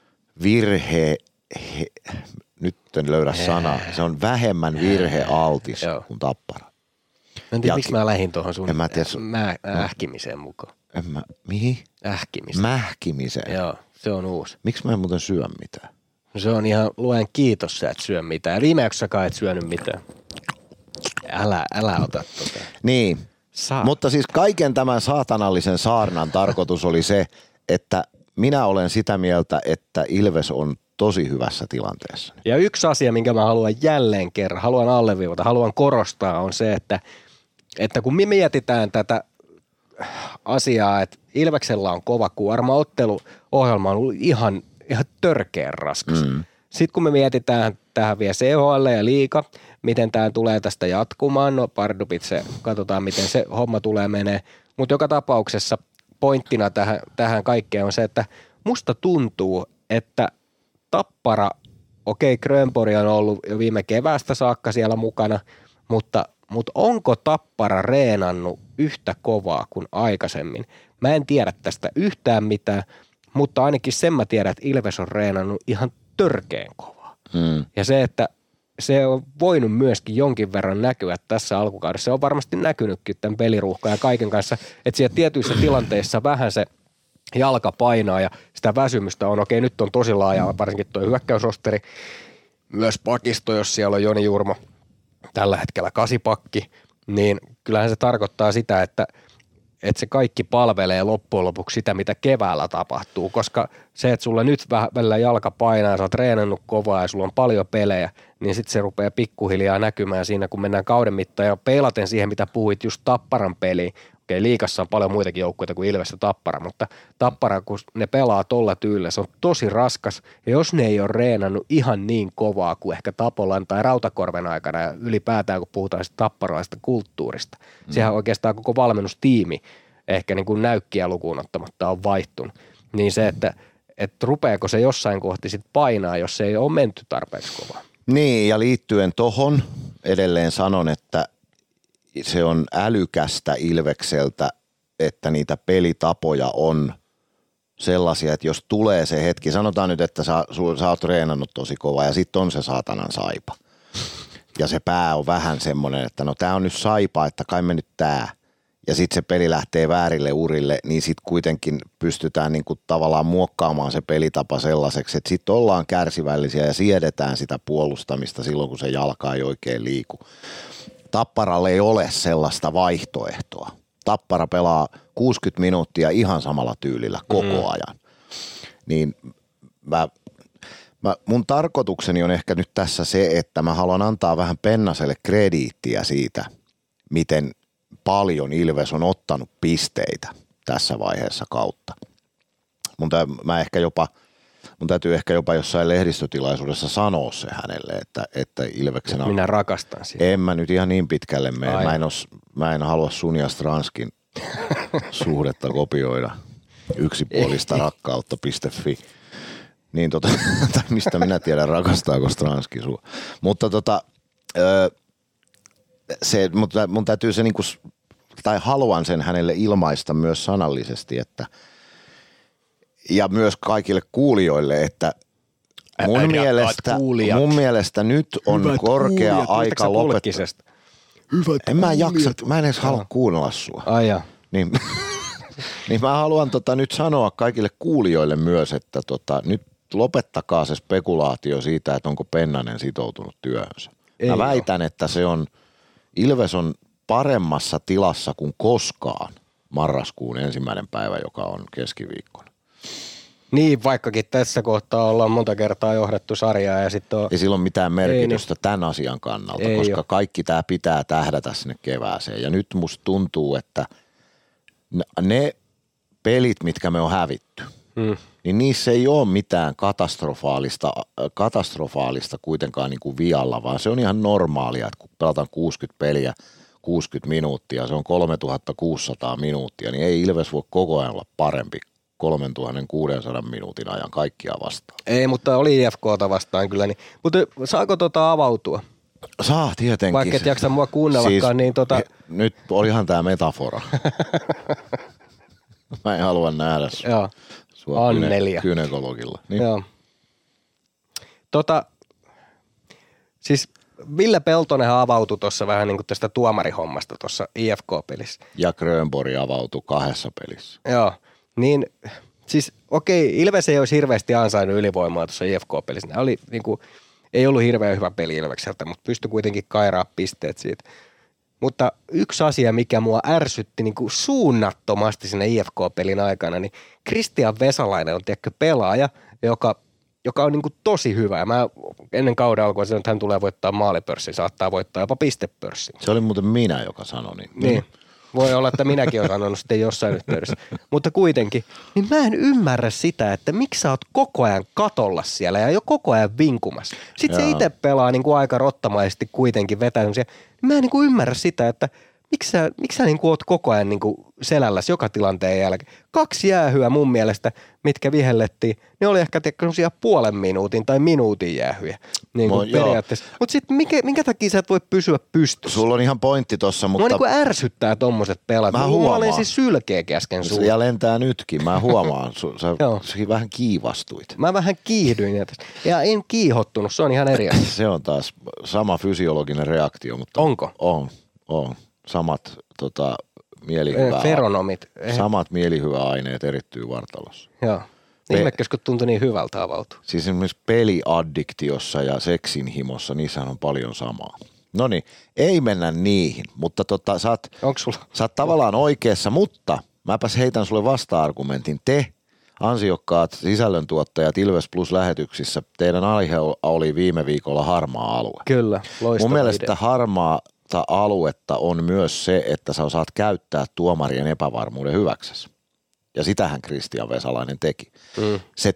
nyt en löydä sanaa, se on vähemmän virhealtis kuin Tappara. En tiedä, miksi mä lähdin tuohon sun ähkimiseen mukaan. Mihin? Ähkimiseen. Mähkimiseen? Joo, se on uusi. Miksi mä en muuten syö mitään? No se on ihan, luen kiitos sä et syö mitään. Viime jaksosakaan et syönyt mitään. Älä ota tota. Niin. Mutta siis kaiken tämän saatanallisen saarnan tarkoitus oli se, että minä olen sitä mieltä, että Ilves on tosi hyvässä tilanteessa. Ja yksi asia, minkä mä haluan jälleen kerran, haluan alleviivata, haluan korostaa, on se, että kun me mietitään tätä asiaa, että Ilveksellä on kova kuorma, otteluohjelma on ollut ihan törkeän raskas. Sitten kun me mietitään tähän vielä CHL ja liiga, miten tämä tulee tästä jatkumaan, no Pardubitse, katsotaan miten se homma tulee menee, mutta joka tapauksessa pointtina tähän kaikkeen on se, että musta tuntuu, että Tappara, Grönborg on ollut jo viime keväästä saakka siellä mukana, mutta onko Tappara reenannut yhtä kovaa kuin aikaisemmin? Mä en tiedä tästä yhtään mitään, mutta ainakin sen mä tiedän, että Ilves on reenannut ihan törkeän kovaa. Ja se, että se on voinut myöskin jonkin verran näkyä tässä alkukaudessa. Se on varmasti näkynytkin tämän peliruuhkan ja kaiken kanssa, että siellä tietyissä tilanteissa vähän se jalka painaa ja sitä väsymystä on. Okei, nyt on tosi laaja, varsinkin tuo hyökkäysrosteri, myös pakisto, jos siellä on Joni Jurmo tällä hetkellä 8-pakki, niin kyllähän se tarkoittaa sitä, että se kaikki palvelee loppujen lopuksi sitä, mitä keväällä tapahtuu, koska se, että sulla nyt välillä jalka painaa, sä oot treenannut kovaa ja sulla on paljon pelejä, niin sitten se rupeaa pikkuhiljaa näkymään siinä, kun mennään kauden mittaan ja peilaten siihen, mitä puhuit just Tapparan peliin. Okei, liigassa on paljon muitakin joukkueita kuin Ilves ja Tappara, mutta Tappara, kun ne pelaa tolla tyylillä, se on tosi raskas. Ja jos ne ei ole reenannut ihan niin kovaa kuin ehkä Tapolan tai Rautakorven aikana ja ylipäätään, kun puhutaan sitä tapparaista kulttuurista, sehän oikeastaan koko valmennustiimi ehkä niin kuin näykkiä lukuun ottamatta on vaihtunut. Niin se, että rupeako se jossain kohti sit painaa, jos se ei ole menty tarpeeksi kovaa. Niin, ja liittyen tohon edelleen sanon, että se on älykästä Ilvekseltä, että niitä pelitapoja on sellaisia, että jos tulee se hetki, sanotaan nyt, että sä oot treenannut tosi kovaa ja sitten on se saatanan Saipa. Ja se pää on vähän semmoinen, että no tää on nyt Saipa, että kai me nyt tää. Ja sitten se peli lähtee väärille urille, niin sitten kuitenkin pystytään niinku tavallaan muokkaamaan se pelitapa sellaiseksi, että sitten ollaan kärsivällisiä ja siedetään sitä puolustamista silloin, kun se jalka ei oikein liiku. Tapparalle ei ole sellaista vaihtoehtoa. Tappara pelaa 60 minuuttia ihan samalla tyylillä koko ajan. Niin mun tarkoitukseni on ehkä nyt tässä se, että mä haluan antaa vähän Pennaselle krediittiä siitä, miten paljon Ilves on ottanut pisteitä tässä vaiheessa kautta. Mä ehkä jopa mun täytyy ehkä jopa jossain lehdistötilaisuudessa sanoa se hänelle, että Ilveksenä... Minä rakastan sitä. En mä nyt ihan niin pitkälle mene. Mä en halua sun ja Stranskin suhdetta kopioida. Yksipuolista rakkautta.fi. Niin tai mistä minä tiedän, rakastaako Stranski sua. Mutta mutta mun täytyy se niinku, tai haluan sen hänelle ilmaista myös sanallisesti, että ja myös kaikille kuulijoille, että mun mielestä nyt on hyvät korkea aika lopettaa. Mä en edes halua kuunnella sua. Niin, niin mä haluan nyt sanoa kaikille kuulijoille myös, että nyt lopettakaa se spekulaatio siitä, että onko Pennanen sitoutunut työhönsä. Mä väitän, että Ilves on paremmassa tilassa kuin koskaan marraskuun 1. päivä, joka on keskiviikkona. Niin, vaikkakin tässä kohtaa ollaan monta kertaa johdettu sarjaa ja sitten on... Ei sillä ole mitään merkitystä tämän asian kannalta, koska kaikki tämä pitää tähdätä sinne kevääseen. Ja nyt musta tuntuu, että ne pelit, mitkä me on hävitty, niin niissä ei ole mitään katastrofaalista kuitenkaan niin kuin vialla, vaan se on ihan normaalia, että kun pelataan 60 peliä, 60 minuuttia, se on 3600 minuuttia, niin ei Ilves voi koko ajan olla parempi 3600 minuutin ajan kaikkia vastaan. Ei, mutta oli IFK:ta vastaan kyllä. Niin. Mutta saako avautua? Saa tietenkin. Vaikka et jaksa mua kuunnellakaan, niin Nyt olihan tämä metafora. Mä en halua nähdä sua gynekologilla. Niin. Joo. Siis Ville Peltonenhan avautui tuossa vähän niin kuin tästä tuomarihommasta tuossa IFK-pelissä. Ja Grönborg avautui 2 pelissä. Joo, niin siis okei, Ilves ei olisi hirveästi ansainnut ylivoimaa tuossa IFK-pelissä. Nämä oli niin kuin, ei ollut hirveän hyvä peli Ilvekseltä, mutta pystyi kuitenkin kairaa pisteet siitä. Mutta yksi asia, mikä mua ärsytti niin kuin suunnattomasti siinä IFK-pelin aikana, niin Kristian Vesalainen on pelaaja, joka on niin kuin tosi hyvä. Ja mä ennen kauden alkua sanoin, että hän tulee voittaa maalipörssin, saattaa voittaa jopa pistepörssin. Se oli muuten minä, joka sanoi niin. Voi olla, että minäkin olen sanonut sitten jossain yhteydessä. Mutta kuitenkin, niin mä en ymmärrä sitä, että miksi sä oot koko ajan katolla siellä ja jo koko ajan vinkumassa. Sitten se itse pelaa niin kuin aika rottamaisesti kuitenkin vetänyt. Mä en niin kuin ymmärrä sitä, että miksi sä niin kuin oot koko ajan niin kuin selälläsi joka tilanteen jälkeen. 2 jäähyä mun mielestä, mitkä vihellettiin, ne oli ehkä sellaisia puolen minuutin tai minuutin jäähyjä niin kuin periaatteessa. Mutta sitten minkä takia sä et voi pysyä pystyssä? Sulla on ihan pointti tossa, mutta... Mua niin kuin ärsyttää tommoset pelat. Mä huomaan. Mä olen siis sylkeä käsken sulle. Ja lentää nytkin, mä huomaan. Sä vähän kiivastuit. Mä vähän kiihdyin. Ja en kiihottunut, se on ihan eri asia. Se on taas sama fysiologinen reaktio. Mutta onko? On. Samat mielihyväaineet. Feronomit. Samat mielihyväaineet erittyy vartalossa. Joo. Ihmekäs, kun tuntui niin hyvältä avautua. Siis esimerkiksi peliaddiktiossa ja seksin himossa, niissähän on paljon samaa. No niin, ei mennä niihin, mutta sä oot tavallaan oikeassa, mutta mäpäs heitän sulle vasta-argumentin. Te, ansiokkaat sisällöntuottajat Ilves Plus -lähetyksissä, teidän aihe oli viime viikolla harmaa alue. Kyllä, loistava mun mielestä harmaa aluetta on myös se, että sä osaat käyttää tuomarien epävarmuuden hyväksesi. Ja sitähän Kristian Vesalainen teki. Se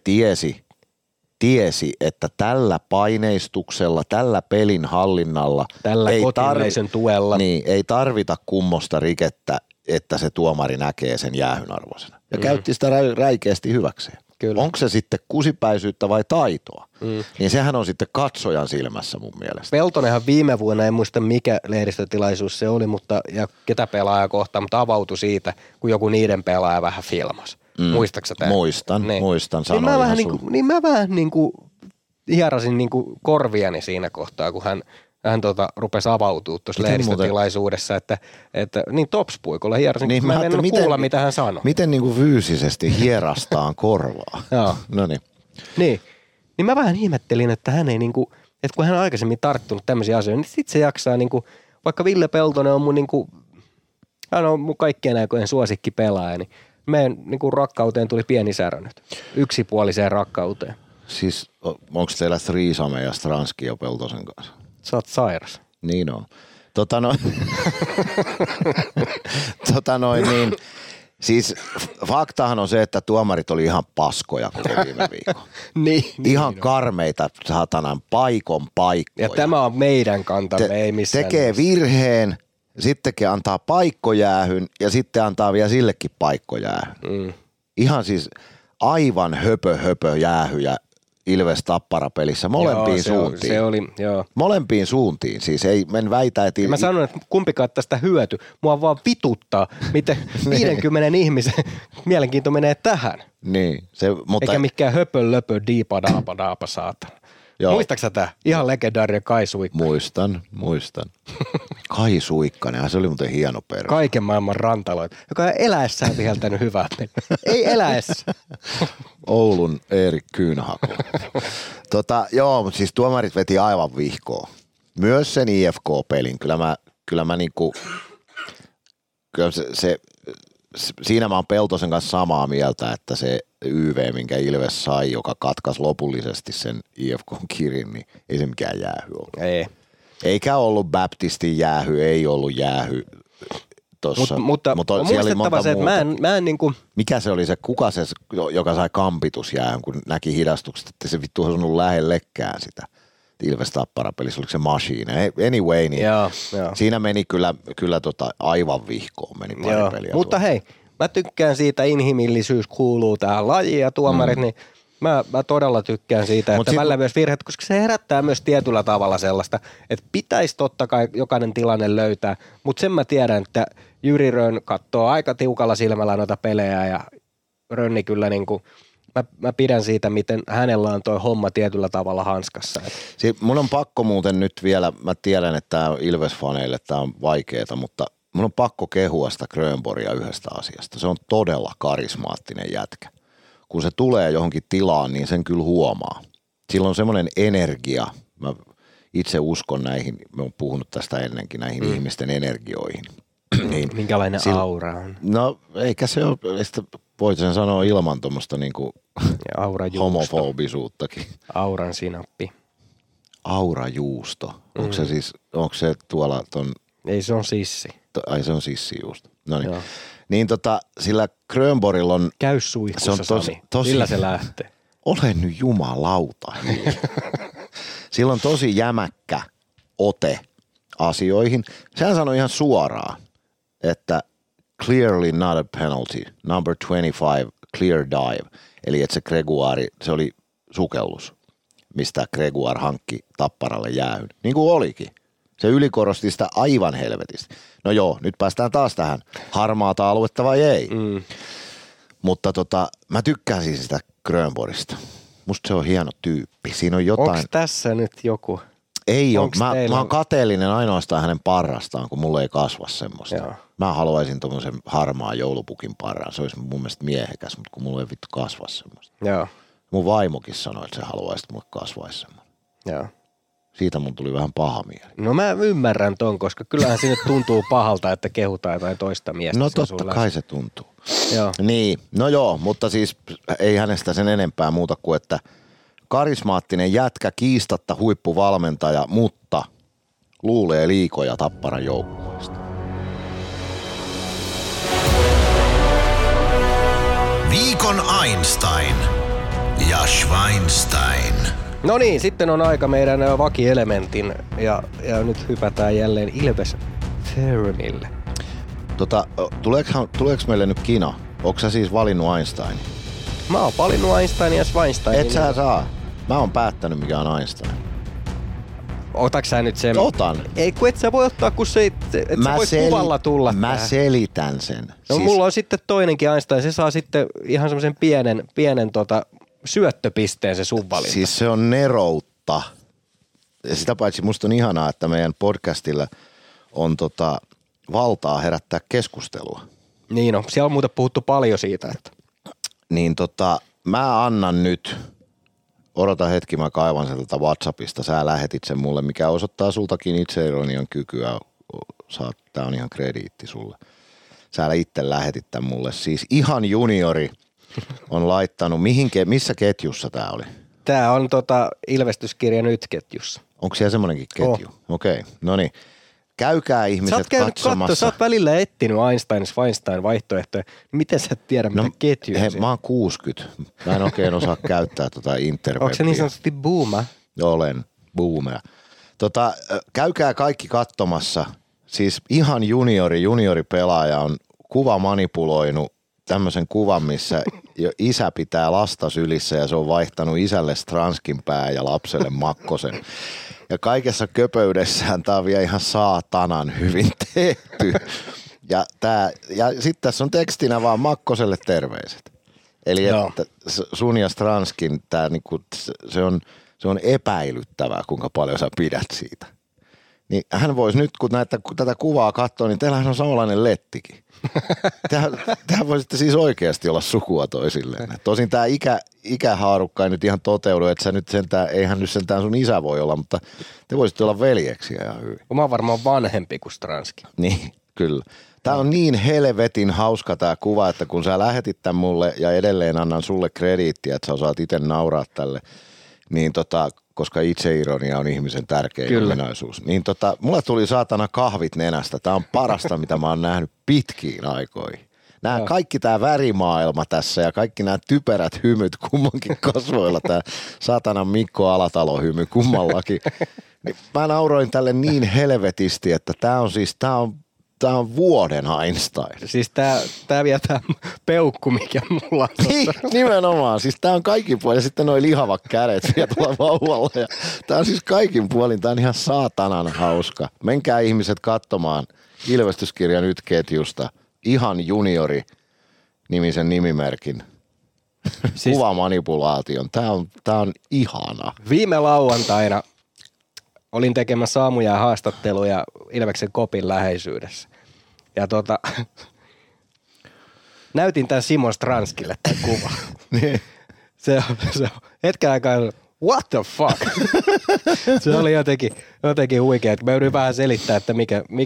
tiesi, että tällä paineistuksella, tällä pelin hallinnalla, tällä kotimaisen tuella, niin ei tarvita kummosta rikettä, että se tuomari näkee sen jäähynarvoisena. Ja käytti sitä räikeästi hyväkseen. Kyllä. Onko se sitten kusipäisyyttä vai taitoa? Niin sehän on sitten katsojan silmässä mun mielestä. Peltonenhan viime vuonna, en muista mikä lehdistötilaisuus se oli, ja ketä pelaaja kohtaan, mutta avautui siitä, kun joku niiden pelaaja vähän filmasi. Muistatko tämän? Muistan. Mä vähän niin kuin hierasin niin kuin korviani siinä kohtaa, kun hän rupesi avautumaan tuossa lehdistötilaisuudessa, että niin topspuikolla hierasin, niin, mä en kuulla, mitä hän sanoi. Miten niin kuin fyysisesti hierastaan korvaa? Joo. Noniin. Niin mä vähän ihmettelin, että hän ei niinku, että kun hän on aikaisemmin tarttunut tämmöisiä asioita, niin sit se jaksaa niinku, vaikka Ville Peltonen on mun niinku, hän on mun kaikkien aikojen suosikki pelaaja, niin meidän niinku rakkauteen tuli pieni särö nyt. Yksipuoliseen rakkauteen. Siis onko teillä Threesome ja Stranski ja Peltosen kanssa? Sä oot sairas. Niin on. Siis faktahan on se, että tuomarit oli ihan paskoja koko viime viikon. Ihan karmeita saatanan paikkoja. Ja tämä on meidän kantamme, ei missään. Tekee virheen, sittenkin antaa paikkojäähyn ja sitten antaa vielä sillekin paikkojäähyn. Ihan siis aivan höpö jäähyjä Ilves Tappara pelissä molempiin suuntiin. Se oli, joo. Molempiin suuntiin, siis ei men väitä, että... Mä sanon, että kumpikaan tästä hyöty. Mua vaan vituttaa, miten 50 ihmisen mielenkiinto menee tähän. Niin. Mutta... Eikä mikään löpö, daapa saatana. Muistatko sä tää? Ihan legendaarinen Kai Suikkanen. Muistan. Kai Suikkanen, se oli muuten hieno perä. Kaiken maailman rantaloita, joka on eläessään viheltänyt hyvää peliä. Ei eläessä. Oulun Erik Kyynhaku. Joo, mutta siis tuomarit veti aivan vihkoon. Myös sen IFK-pelin. Kyllä mä niinku... Kyllä siinä mä oon Peltosen kanssa samaa mieltä, että se YV, minkä Ilves sai, joka katkaisi lopullisesti sen IFK-kirin, niin ei se mikään jäähy ollut. Ei. Eikä ollut Baptistin jäähy, ei ollut jäähy tossa. Mutta on muistettava se, että mä en niinku... Mikä se oli se, kuka se, joka sai kampitusjäähyn, kun näki hidastukset, että se vittu osunut lähellekään sitä. Ilves Tappara-pelissä, oliko se Machine? Anyway, niin joo. siinä meni kyllä aivan vihkoon meni pari peliä. Mutta hei, mä tykkään siitä, inhimillisyys kuuluu tähän lajiin ja tuomarit, niin mä todella tykkään siitä, että välillä myös virheet, koska se herättää myös tietyllä tavalla sellaista, että pitäisi totta kai jokainen tilanne löytää, mutta sen mä tiedän, että Jyri Rönn katsoo aika tiukalla silmällä noita pelejä ja Rönni kyllä niinku... Mä pidän siitä, miten hänellä on toi homma tietyllä tavalla hanskassa. Mun on pakko muuten nyt vielä, mä tiedän, että Ilves-faneille tämä on vaikeeta, mutta mun on pakko kehua sitä Grönborgia yhdestä asiasta. Se on todella karismaattinen jätkä. Kun se tulee johonkin tilaan, niin sen kyllä huomaa. Sillä on semmoinen energia, mä itse uskon näihin, mä oon puhunut tästä ennenkin, näihin ihmisten energioihin. Niin, minkälainen aura on? No eikä se ole, voit sen sanoa ilman tuommoista niinku homofobisuuttakin. Auran sinappi. Aurajuusto. Onko se tuolla ton... Ei, se on sissi. Ai se on sissijuusto. No niin. Niin sillä Grönborgilla on... Käy suihkussa, Sami. Sillä se lähtee. Ole nyt jumalauta. Sillä on tosi jämäkkä ote asioihin. Sehän sanoi ihan suoraan, että clearly not a penalty, number 25, clear dive. Eli että se Gregoire, se oli sukellus, mistä Gregoire hankki Tapparalle jäähyn. Niin kuin olikin. Se ylikorosti sitä aivan helvetistä. No joo, nyt päästään taas tähän harmaata aluetta vai ei. Mutta mä tykkäsin sitä Grönborgista. Musta se on hieno tyyppi. Siinä on jotain... Onko tässä nyt joku? Ei ole. Mä oon kateellinen ainoastaan hänen parrastaan, kun mulla ei kasva semmoista. Joo. Mä haluaisin tommosen harmaan joulupukin parran. Se olisi mun mielestä miehekäs, mutta kun mulla ei vittu kasva semmoista. Joo. Mun vaimokin sanoi, että se haluaisi, että mulle kasvaisi semmoinen. Joo. Siitä mun tuli vähän paha mieli. No mä ymmärrän ton, koska kyllähän sinne tuntuu pahalta, että kehutaan jotain toista miestä. No totta kai se tuntuu. Joo. Niin, no joo, mutta siis ei hänestä sen enempää muuta kuin, että karismaattinen jätkä, kiistatta huippuvalmentaja, mutta luulee liikoja Tapparan joukkueesta. Viikon Einstein ja Schweinstein. No niin, sitten on aika meidän vakielementin ja nyt hypätään jälleen Ilves Fernille. Tuleeko meille nyt kina? Onko sä siis valinnut Einstein? Mä oon valinnut Einsteinia ja Schweinsteinin. Et sä saa. Mä oon päättänyt, mikä on Einstein. Otaks sä nyt sen? Otan. Ei, kun et sä voi ottaa, kun se, et sä voi kuvalla tulla Mä tähän. selitän sen. No mulla on sitten toinenkin Einstein. Se saa sitten ihan semmoisen pienen syöttöpisteen se sun valinta. Siis se on neroutta. Ja sitä paitsi musta on ihanaa, että meidän podcastilla on valtaa herättää keskustelua. Niin on. Siellä on muuten puhuttu paljon siitä, että... Niin mä annan nyt, odota hetki, mä kaivan sieltä WhatsAppista, sä lähetit sen mulle, mikä osoittaa sultakin itseironian kykyä, tää on ihan krediitti sulle. Sä itse lähetit tän mulle, siis ihan juniori on laittanut, missä ketjussa tää oli? Tää on Ilvestyskirja nyt -ketjussa. Onko siellä semmoinenkin ketju? Okei, no niin. Käykää ihmiset katsomassa. Sä oot välillä etsinyt Einstein vaihtoehtoja. Miten sä et tiedä, mitä ketjuja hei, mä oon 60. Mä en oikein osaa käyttää interwebia. Onko se niin sanotusti boomer? Olen boomer. Käykää kaikki katsomassa. Siis ihan junioripelaaja on kuvamanipuloinut tämmöisen kuvan, missä isä pitää lasta sylissä ja se on vaihtanut isälle Stranskin pää ja lapselle Makkosen. Ja kaikessa köpöydessään tää on vielä ihan saatanan hyvin tehty. Ja sitten tässä on tekstinä vaan Makkoselle terveiset. Eli että sun ja Stranskin, se on epäilyttävää, kuinka paljon sä pidät siitä. Niin hän voisi nyt, kun tätä kuvaa katsoo, niin teillähän on samanlainen lettikin. Tähän voisitte siis oikeasti olla sukua toisilleen. Tosin tämä ikähaarukka ei nyt ihan toteudu, että sä nyt eihän nyt sentään sun isä voi olla, mutta te voisitte olla veljeksiä ihan hyvin. Mä oon varmaan vanhempi kuin Stranski. Niin, kyllä. Tämä on niin helvetin hauska tämä kuva, että kun sä lähetit tämän mulle ja edelleen annan sulle krediittiä, että sä osaat itse nauraa tälle, niin koska itseironia on ihmisen tärkein ominaisuus. Niin mulla tuli saatana kahvit nenästä. Tää on parasta, mitä mä oon nähnyt pitkiin aikoihin. Kaikki tää värimaailma tässä ja kaikki nämä typerät hymyt kummankin kasvoilla. Tää saatana Mikko Alatalo hymy kummallakin. Niin mä nauroin tälle niin helvetisti, että tää on vuoden Einstein. Siis tää vielä tää peukku, mikä mulla on. Niin, nimenomaan. Siis tää on kaikin puolin. Ja sitten noi lihavat kädet vielä tuolla vauvalla. Ja tää on siis kaikin puolin. Tää on ihan saatanan hauska. Menkää ihmiset katsomaan Ilvestyskirja nyt ketjusta. Ihan juniori nimisen nimimerkin. Siis kuvamanipulaation. Tää on ihana. Viime lauantaina olin tekemässä aamuja ja haastatteluja Ilveksen kopin läheisyydessä. Ja näytin tämän Simon Stranskille tämän kuvan. Niin. Se on hetken aikaa, what the fuck? Se oli jotenkin huikea. Mä yritin vähän selittää, että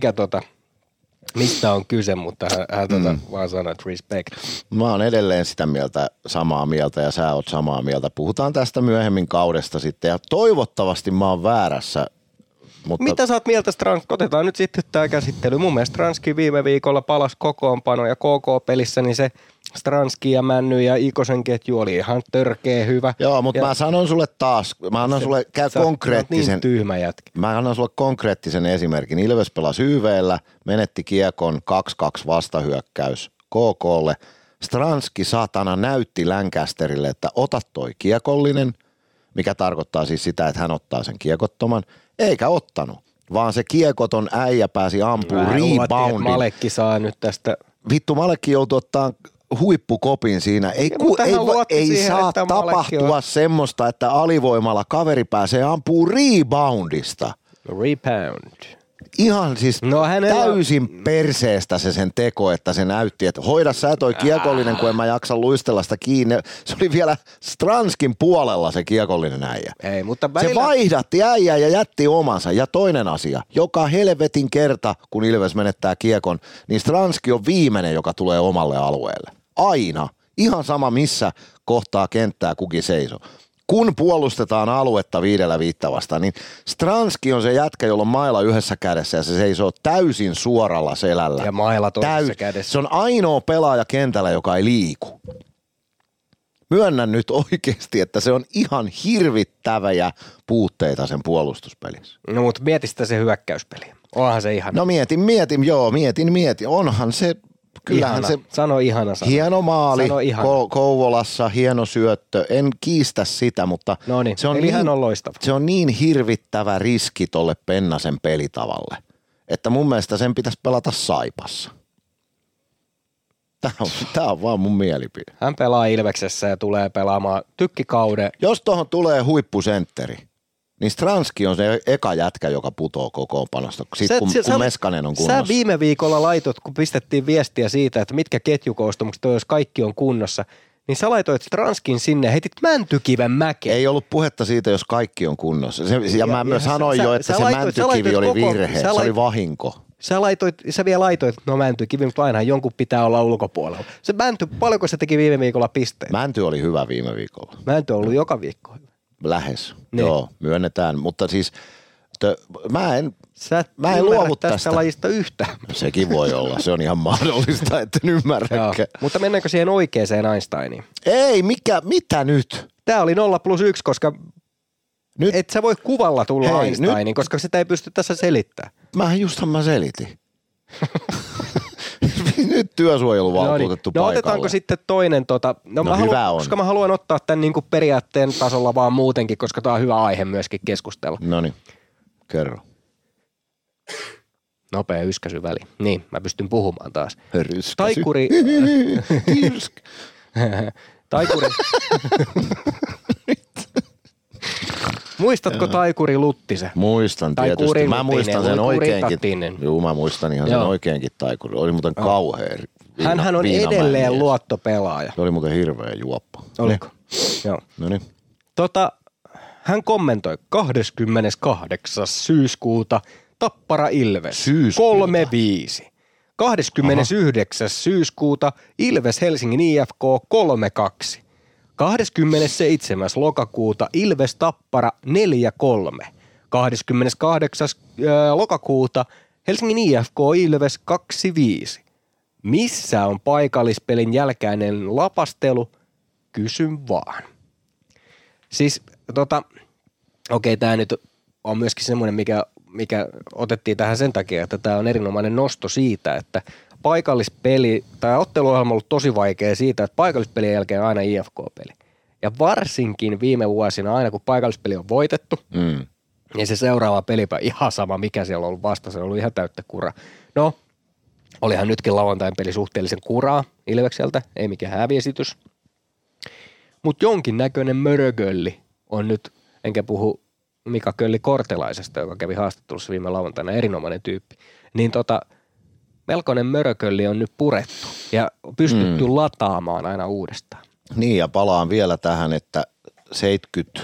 mistä on kyse, mutta hän vaan sanoi, että respect. Mä oon edelleen sitä mieltä, samaa mieltä ja sä oot samaa mieltä. Puhutaan tästä myöhemmin kaudesta sitten ja toivottavasti mä oon väärässä. Mutta mitä sä oot mieltä Stransk? Otetaan nyt sitten tää käsittely. Mun mielestä Stranski viime viikolla palasi kokoonpano ja KK-pelissä, niin se Stranski ja Männy ja Ikosen ketju oli ihan törkeä hyvä. Joo, mutta mä sanon sulle taas, mä annan sulle konkreettisen. Niin tyhmä jätkä. Mä annan sulle konkreettisen esimerkin. Ilves pelasi YV:llä, menetti kiekon 2-2 vastahyökkäys KK:lle. Stranski saatana näytti Lancasterille, että ota toi kiekollinen, mikä tarkoittaa siis sitä, että hän ottaa sen kiekottoman. Eikä ottanut, vaan se kiekoton äijä pääsi ampumaan reboundin. Malekki saa nyt tästä. Vittu, Malekki joutui ottaa huippukopin siinä. Ei saa tapahtua semmoista, että alivoimalla kaveri pääsee ampumaan reboundista. Rebound. Ihan siis täysin perseestä se sen teko, että se näytti, että hoida sä toi kiekollinen, kun en mä jaksa luistella sitä kiinni. Se oli vielä Stranskin puolella se kiekollinen äijä. Ei, mutta välillä se vaihdatti äijää ja jätti omansa. Ja toinen asia, joka helvetin kerta, kun Ilves menettää kiekon, niin Stranski on viimeinen, joka tulee omalle alueelle. Aina. Ihan sama missä kohtaa kenttää kukin seisoo. Kun puolustetaan aluetta 5-5 vastaan, niin Stranski on se jätkä, jolla on maila yhdessä kädessä ja se seisoo täysin suoralla selällä. Ja maila toisessa kädessä. Se on ainoa pelaaja kentällä, joka ei liiku. Myönnän nyt oikeasti, että se on ihan hirvittäviä puutteita sen puolustuspelissä. No mutta mieti sitä se hyökkäyspeli. Onhan se ihana. No mietin. Onhan se. Kyllähän ihana. Se sano ihana sana. Hieno maali Kouvolassa, hieno syöttö. En kiistä sitä, mutta Noniin, se on eli hän on loistava. Se on niin hirvittävä riski tolle Pennasen pelitavalle, että mun mielestä sen pitäisi pelata Saipassa. Tämä on vaan mun mielipide. Hän pelaa Ilveksessä ja tulee pelaamaan tykkikauden. Jos tuohon tulee huippusentteri, niin Stranski on se eka jätkä, joka putoo kokoonpanosta, kun Meskanen on kunnossa. Sä viime viikolla laitoit, kun pistettiin viestiä siitä, että mitkä ketjukoostumukset on, jos kaikki on kunnossa, niin sä laitoit Stranskin sinne ja heitit Mäntykiven mäkeen. Ei ollut puhetta siitä, jos kaikki on kunnossa. Ja mä myös sanoin jo, että se Mäntykivi oli virhe, se oli vahinko. Sä vielä laitoit, no Mäntykivi, mutta aina jonkun pitää olla ulkopuolella. Se Mänty, paljonko se teki viime viikolla pisteitä? Mänty oli hyvä viime viikolla. Mänty on ollut joka viikko hyvä. Lähes, niin. Joo, myönnetään, mutta siis Mä en luovu tästä lajista yhtään. Sekin voi olla, se on ihan mahdollista, että en ymmärräkään. Mutta mennäänkö siihen oikeaan Einsteiniin? Ei, mitä nyt? Tää oli 0+1, koska Nyt, et sä voi kuvalla tulla Einsteiniin, koska sitä ei pysty tässä selittämään. Mä selitin. Nyt työsuojeluvaltuutettu paikalla. No otetaanko sitten toinen koska mä haluan ottaa tämän niin kuin periaatteen tasolla vaan muutenkin, koska tää on hyvä aihe myöskin keskustella. Noniin, kerro. Nopea yskäsy väli. Niin, mä pystyn puhumaan taas. Ryskäsy. Taikuri. Muistatko Taikuri Luttisen? Muistan tietysti. Mä muistan sen oikeinkin. Juu, mä muistan ihan sen oikeinkin Taikuri. Oli muuten kauhea. Hänhän on edelleen luottopelaaja. Se oli muuten hirveä juoppa. Oliko? Joo. Noniin. Hän kommentoi 28. syyskuuta Tappara Ilves 3-5. 29. syyskuuta Ilves Helsingin IFK 3-2. 27. lokakuuta Ilves Tappara 4-3. 28. lokakuuta Helsingin IFK Ilves 2-5. Missä on paikallispelin jälkeinen lapastelu? Kysyn vaan. Siis okei, tää nyt on myöskin semmoinen, mikä otettiin tähän sen takia, että tämä on erinomainen nosto siitä, että paikallispeli, tai otteluohjelma on ollut tosi vaikea siitä, että paikallispelien jälkeen on aina IFK-peli. Ja varsinkin viime vuosina, aina kun paikallispeli on voitettu, niin se seuraava pelipäivä, ihan sama mikä siellä on ollut vasta, se on ollut ihan täyttä kuraa. No, olihan nytkin lauantain peli suhteellisen kuraa Ilvekseltä, ei mikään häviesitys. Mutta jonkinnäköinen mörögölli on nyt, enkä puhu Mika Kölli Kortelaisesta, joka kävi haastattelussa viime lauantaina, erinomainen tyyppi, niin melkoinen mörökölli on nyt purettu ja pystytty lataamaan aina uudestaan. Niin, ja palaan vielä tähän, että 72-25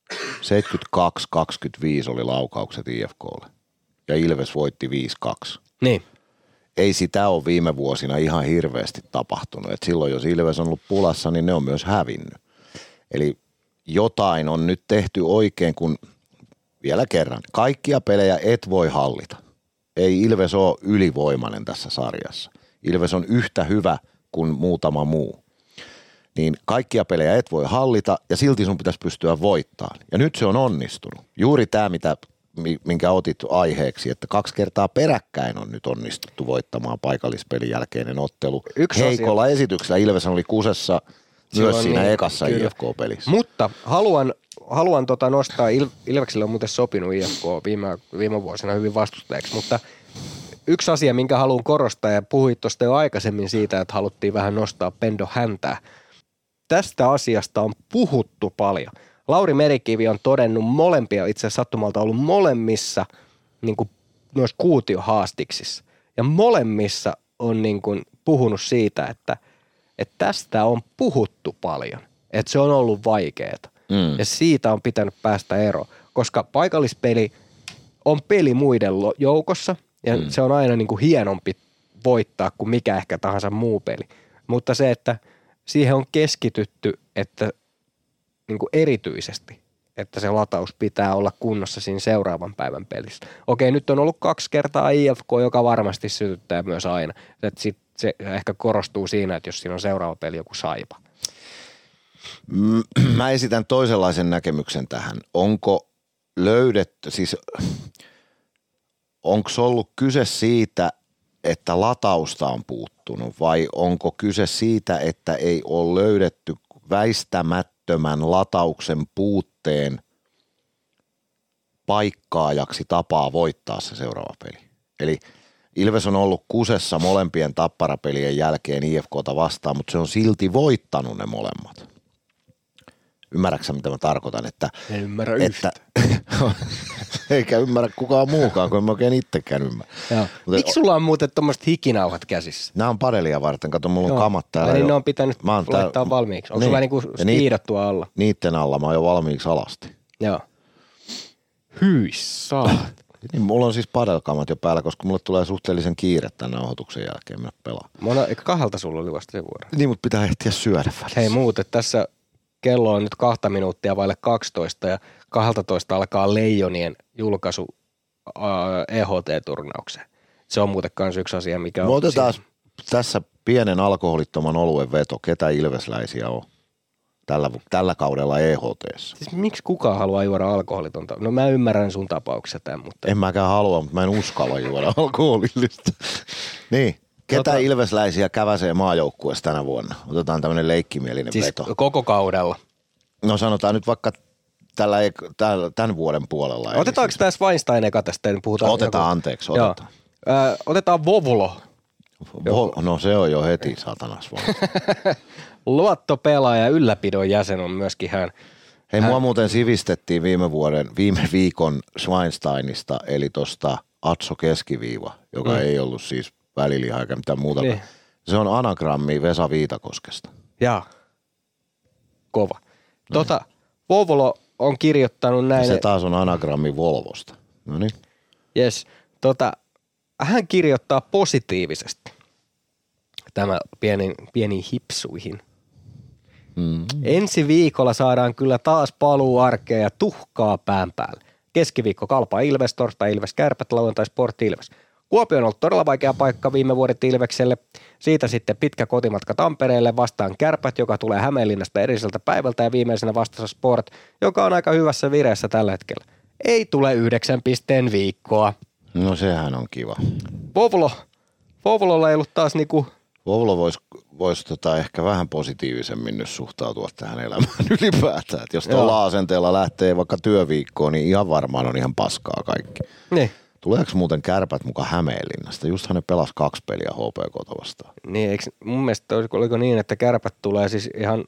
oli laukaukset IFK:lle ja Ilves voitti 5-2. Niin. Ei sitä ole viime vuosina ihan hirveästi tapahtunut. Et silloin, jos Ilves on ollut pulassa, niin ne on myös hävinnyt. Eli jotain on nyt tehty oikein, kun vielä kerran, kaikkia pelejä et voi hallita. Ei Ilves ole ylivoimainen tässä sarjassa. Ilves on yhtä hyvä kuin muutama muu. Niin kaikkia pelejä et voi hallita ja silti sun pitäisi pystyä voittamaan. Ja nyt se on onnistunut. Juuri tämä, minkä otit aiheeksi, että 2 kertaa peräkkäin on nyt onnistuttu voittamaan paikallispelin jälkeinen ottelu. Heikolla esityksellä Ilves oli kusessa myös siinä ekassa IFK-pelissä. Mutta haluan nostaa, Ilvekselle on muuten sopinut IFK viime vuosina hyvin vastustajaksi, mutta yksi asia, minkä haluan korostaa, ja puhuit tuosta jo aikaisemmin siitä, että haluttiin vähän nostaa Pendo häntää. Tästä asiasta on puhuttu paljon. Lauri Merikivi on todennut molempia, itse asiassa sattumalta ollut molemmissa niin kuin noissa kuutiohaastiksissa. Ja molemmissa on niin kuin puhunut siitä, että tästä on puhuttu paljon. Että se on ollut vaikeaa. Ja siitä on pitänyt päästä eroon. Koska paikallispeli on peli muiden joukossa. Ja se on aina niin kuin hienompi voittaa kuin mikä ehkä tahansa muu peli. Mutta se, että siihen on keskitytty, että niin kuin erityisesti, että se lataus pitää olla kunnossa siinä seuraavan päivän pelissä. Okei, nyt on ollut 2 kertaa IFK, joka varmasti sytyttää myös aina. Että sit se ehkä korostuu siinä, että jos siinä on seuraava peli joku Saipa. Mä esitän toisenlaisen näkemyksen tähän. Onko löydetty, siis onko ollut kyse siitä, että latausta on puuttunut vai onko kyse siitä, että ei ole löydetty väistämättömän latauksen puutteen paikkaajaksi tapaa voittaa se seuraava peli. Eli Ilves on ollut kusessa molempien Tapparapelien jälkeen IFK:ta vastaan, mutta se on silti voittanut ne molemmat. Ymmärrätkö mitä mä tarkoitan? En ymmärrä yhtä. Eikä ymmärrä kukaan muukaan, kun en mä oikein itsekään ymmärrä. Miksi sulla on muuten tommoset hikinauhat käsissä? Nämä on padelia varten. Kato, mulla on kamat täällä. Niin ne on pitänyt laittaa valmiiksi. Onko sulla niinku spiidattua alla? Niitten alla mä oon jo valmiiksi alasti. Joo. Hyis saat. Niin, mulla on siis padelkamat jo päällä, koska mulle tulee suhteellisen kiire tämän nauhoituksen jälkeen mennä pelaamaan. Eikä 2 sulla oli vasta se vuoro? Niin, mutta pitää ehtiä syödä välissä. Hei muuten, tässä kello on nyt 2 minuuttia vaille 12 ja 12 alkaa Leijonien julkaisu EHT-turnaukseen. Se on muuten myös yksi asia, mikä Me on... otetaan tässä pienen alkoholittoman oluen veto. Ketä ilvesläisiä on tällä kaudella EHT:ssä? Siis miksi kukaan haluaa juoda alkoholitonta? No mä ymmärrän sun tapauksessa tämän, mutta... En mäkään halua, mutta mä en uskalla juoda alkoholillista. Niin. Ketä ilvesläisiä käväsee maajoukkueessa tänä vuonna? Otetaan tämmöinen leikkimielinen veto. Koko kaudella. No sanotaan nyt vaikka tämän vuoden puolella. Otetaanko tässä Weinstein eka tästä? Puhutaan Anteeksi. Otetaan Vovlo. No se on jo heti satanas vaan. Luottopelaaja, ylläpidon jäsen on myöskin hän. Hei, mua muuten sivistettiin viime viikon Schweinsteinista, eli tosta Atso keskiviiva, joka ei ollut siis väliliha eikä mitään muuta. Niin. Se on anagrammi Vesa Viitakoskesta. Jaa. Kova. Vovlo on kirjoittanut näin. Se taas on anagrammi Volvosta. No niin. Jes. Hän kirjoittaa positiivisesti. Tämä pieniin hipsuihin. Ensi viikolla saadaan kyllä taas paluu arkeen ja tuhkaa pään päälle. Keskiviikko Kalpa Ilves, torstai Ilves Kärpät, lauantai Sport Ilves. Kuopio on ollut todella vaikea paikka viime vuodet Ilvekselle. Siitä sitten pitkä kotimatka Tampereelle vastaan Kärpät, joka tulee Hämeenlinnasta edelliseltä päivältä ja viimeisenä vastassa Sport, joka on aika hyvässä vireessä tällä hetkellä. Ei tule 9 pisteen viikkoa. No sehän on kiva. Vovlolla ei ollut taas niinku... Vovlo voisi ehkä vähän positiivisemmin nyt suhtautua tähän elämään ylipäätään. Et jos tuolla asenteella lähtee vaikka työviikkoon, niin ihan varmaan on ihan paskaa kaikki. Niin. Tuleeko muuten Kärpät mukaan Hämeenlinnasta? Justhan ne pelasi 2 peliä HPK:ta vastaan. Niin, mun mielestä oliko niin, että Kärpät tulee siis ihan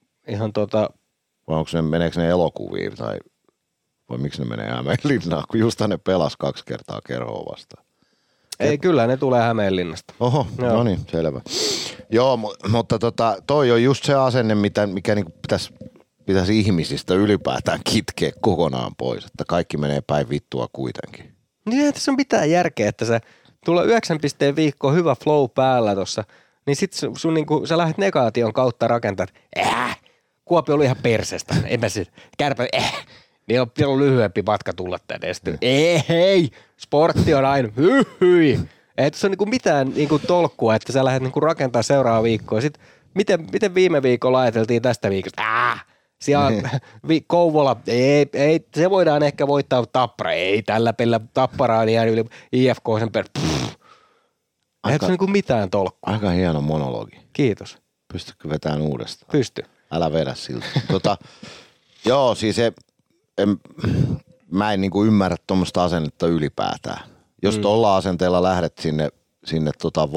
vai meneekö ne elokuviin vai miksi ne menee Hämeenlinnaan, kun justhan ne pelasi 2 kertaa Kerhoa vastaan. Ei, kyllä ne tulee Hämeenlinnasta. Oho, no niin, selvä. Joo, mutta toi on just se asenne, mikä niinku pitäisi ihmisistä ylipäätään kitkeä kokonaan pois, että kaikki menee päin vittua kuitenkin. Niin ei tässä on mitään järkeä, että se tulee 9 pisteen viikko hyvä flow päällä tossa, niin sit sun niinku, sä lähdet negaation kautta rakentamaan, Kuopio oli ihan persestä, en mä sit, Kärpä, niin on lyhyempi matka tulla tänne. Ei, sportti on aina, hyi. Ei tässä ole niinku mitään niinku tolkkua, että sä lähdet niinku rakentaa seuraavaa viikkoa. Sitten miten viime viikolla ajateltiin tästä viikosta? Siellä Kouvola, ei, se voidaan ehkä voittaa Tappara. Ei, tällä pelillä Tappara on ihan yli IFK sen per. Ei tässä niinku mitään tolkkua. Aika hieno monologi. Kiitos. Pystytkö vetämään uudestaan? Pysty. Älä vedä siltä. Joo, siis mä en niinku ymmärrä tuommoista asennetta ylipäätään. Jos tuolla asenteella lähdet sinne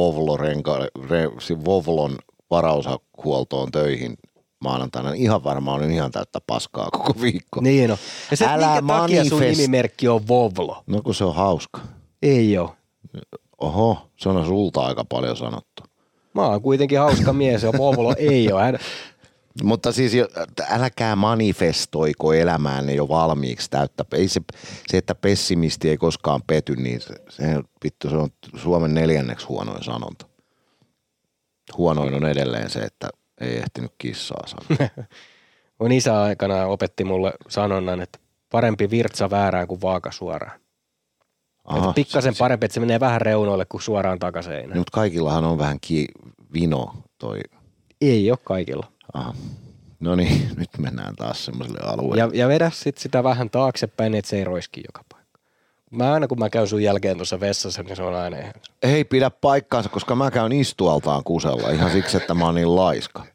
Vovlon varaushuoltoon töihin maanantaina, niin ihan varmaan on ihan täyttä paskaa koko viikko. Niin on. Ja se, minkä takia sun nimimerkki on Vovlo? No kun se on hauska. Ei oo. Oho, se on sulta aika paljon sanottu. Mä oon kuitenkin hauska mies ja Vovlo ei oo. Mutta siis älkää manifestoiko elämäänne jo valmiiksi täyttä. Ei se, että pessimisti ei koskaan pety, niin se on Suomen 4. huonoin sanonta. Huonoin on edelleen se, että ei ehtinyt kissaa sanoa. Mun isä aikanaan opetti mulle sanonnan, että parempi virtsa väärään kuin vaaka suoraan. Aha, pikkasen parempi, että se menee vähän reunoille kuin suoraan takaseinään. Mutta kaikillahan on vähän vino toi. Ei ole kaikilla. Aha. No niin, nyt mennään taas semmoiselle alueelle. Ja vedä sit sitä vähän taaksepäin, niin että se ei roiski joka paikka. Aina kun mä käyn sun jälkeen tuossa vessassa, niin se on aina ihan... Ei pidä paikkaansa, koska mä käyn istualtaan kusella ihan siksi, että mä oon niin laiska.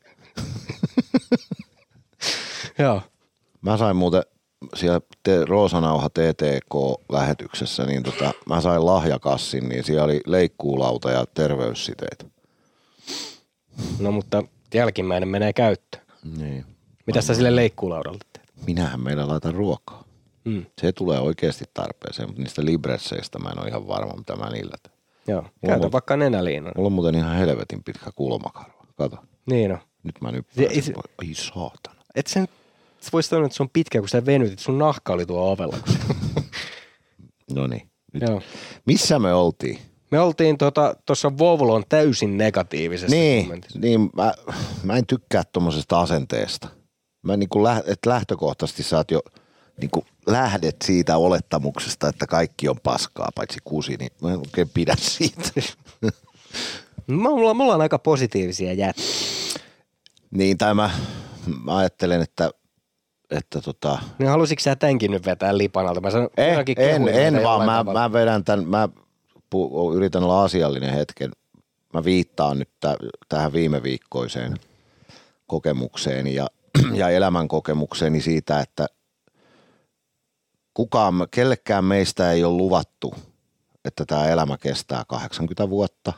Joo. Mä sain muuten siellä Roosanauha TTK-lähetyksessä, niin mä sain lahjakassin, niin siellä oli leikkuulauta ja terveyssiteitä. No mutta jälkimmäinen menee käyttöön. Niin. Mitä sä sille leikkuulaudalle teet? Minähän meillä laitan ruokaa. Se tulee oikeasti tarpeeseen, mutta niistä libresseistä mä en ole ihan varma, mitä mä niillä teen. Joo, käytä vaikka nenäliinan. Mulla on muuten ihan helvetin pitkä kulmakarva. Kato. Niin on. Nyt mä nyppään. Ai saatana. Et sen voisi sanoa, että se on pitkä, kun sä venytit. Sun nahka oli tuo ovella. No niin. Joo. Missä me oltiin? Me oltiin tuossa Vovlon täysin negatiivisessa kommentissa. Niin, mä en tykkää tommosesta asenteesta. Mä että lähtökohtaisesti sä oot jo niin kuin lähdet siitä olettamuksesta, että kaikki on paskaa, paitsi kusi, niin mä en oikein pidä siitä. Me ollaan aika positiivisia jätkiä. Niin, tai mä ajattelen, että niin halusitko sä tämänkin nyt vetää lipan alta? Mä sanon, en vaan, mä vedän tämän, yritän olla asiallinen hetken. Mä viittaan nyt tähän viime viikkoiseen kokemukseeni ja elämän kokemukseeni siitä, että kellekään meistä ei ole luvattu, että tämä elämä kestää 80 vuotta.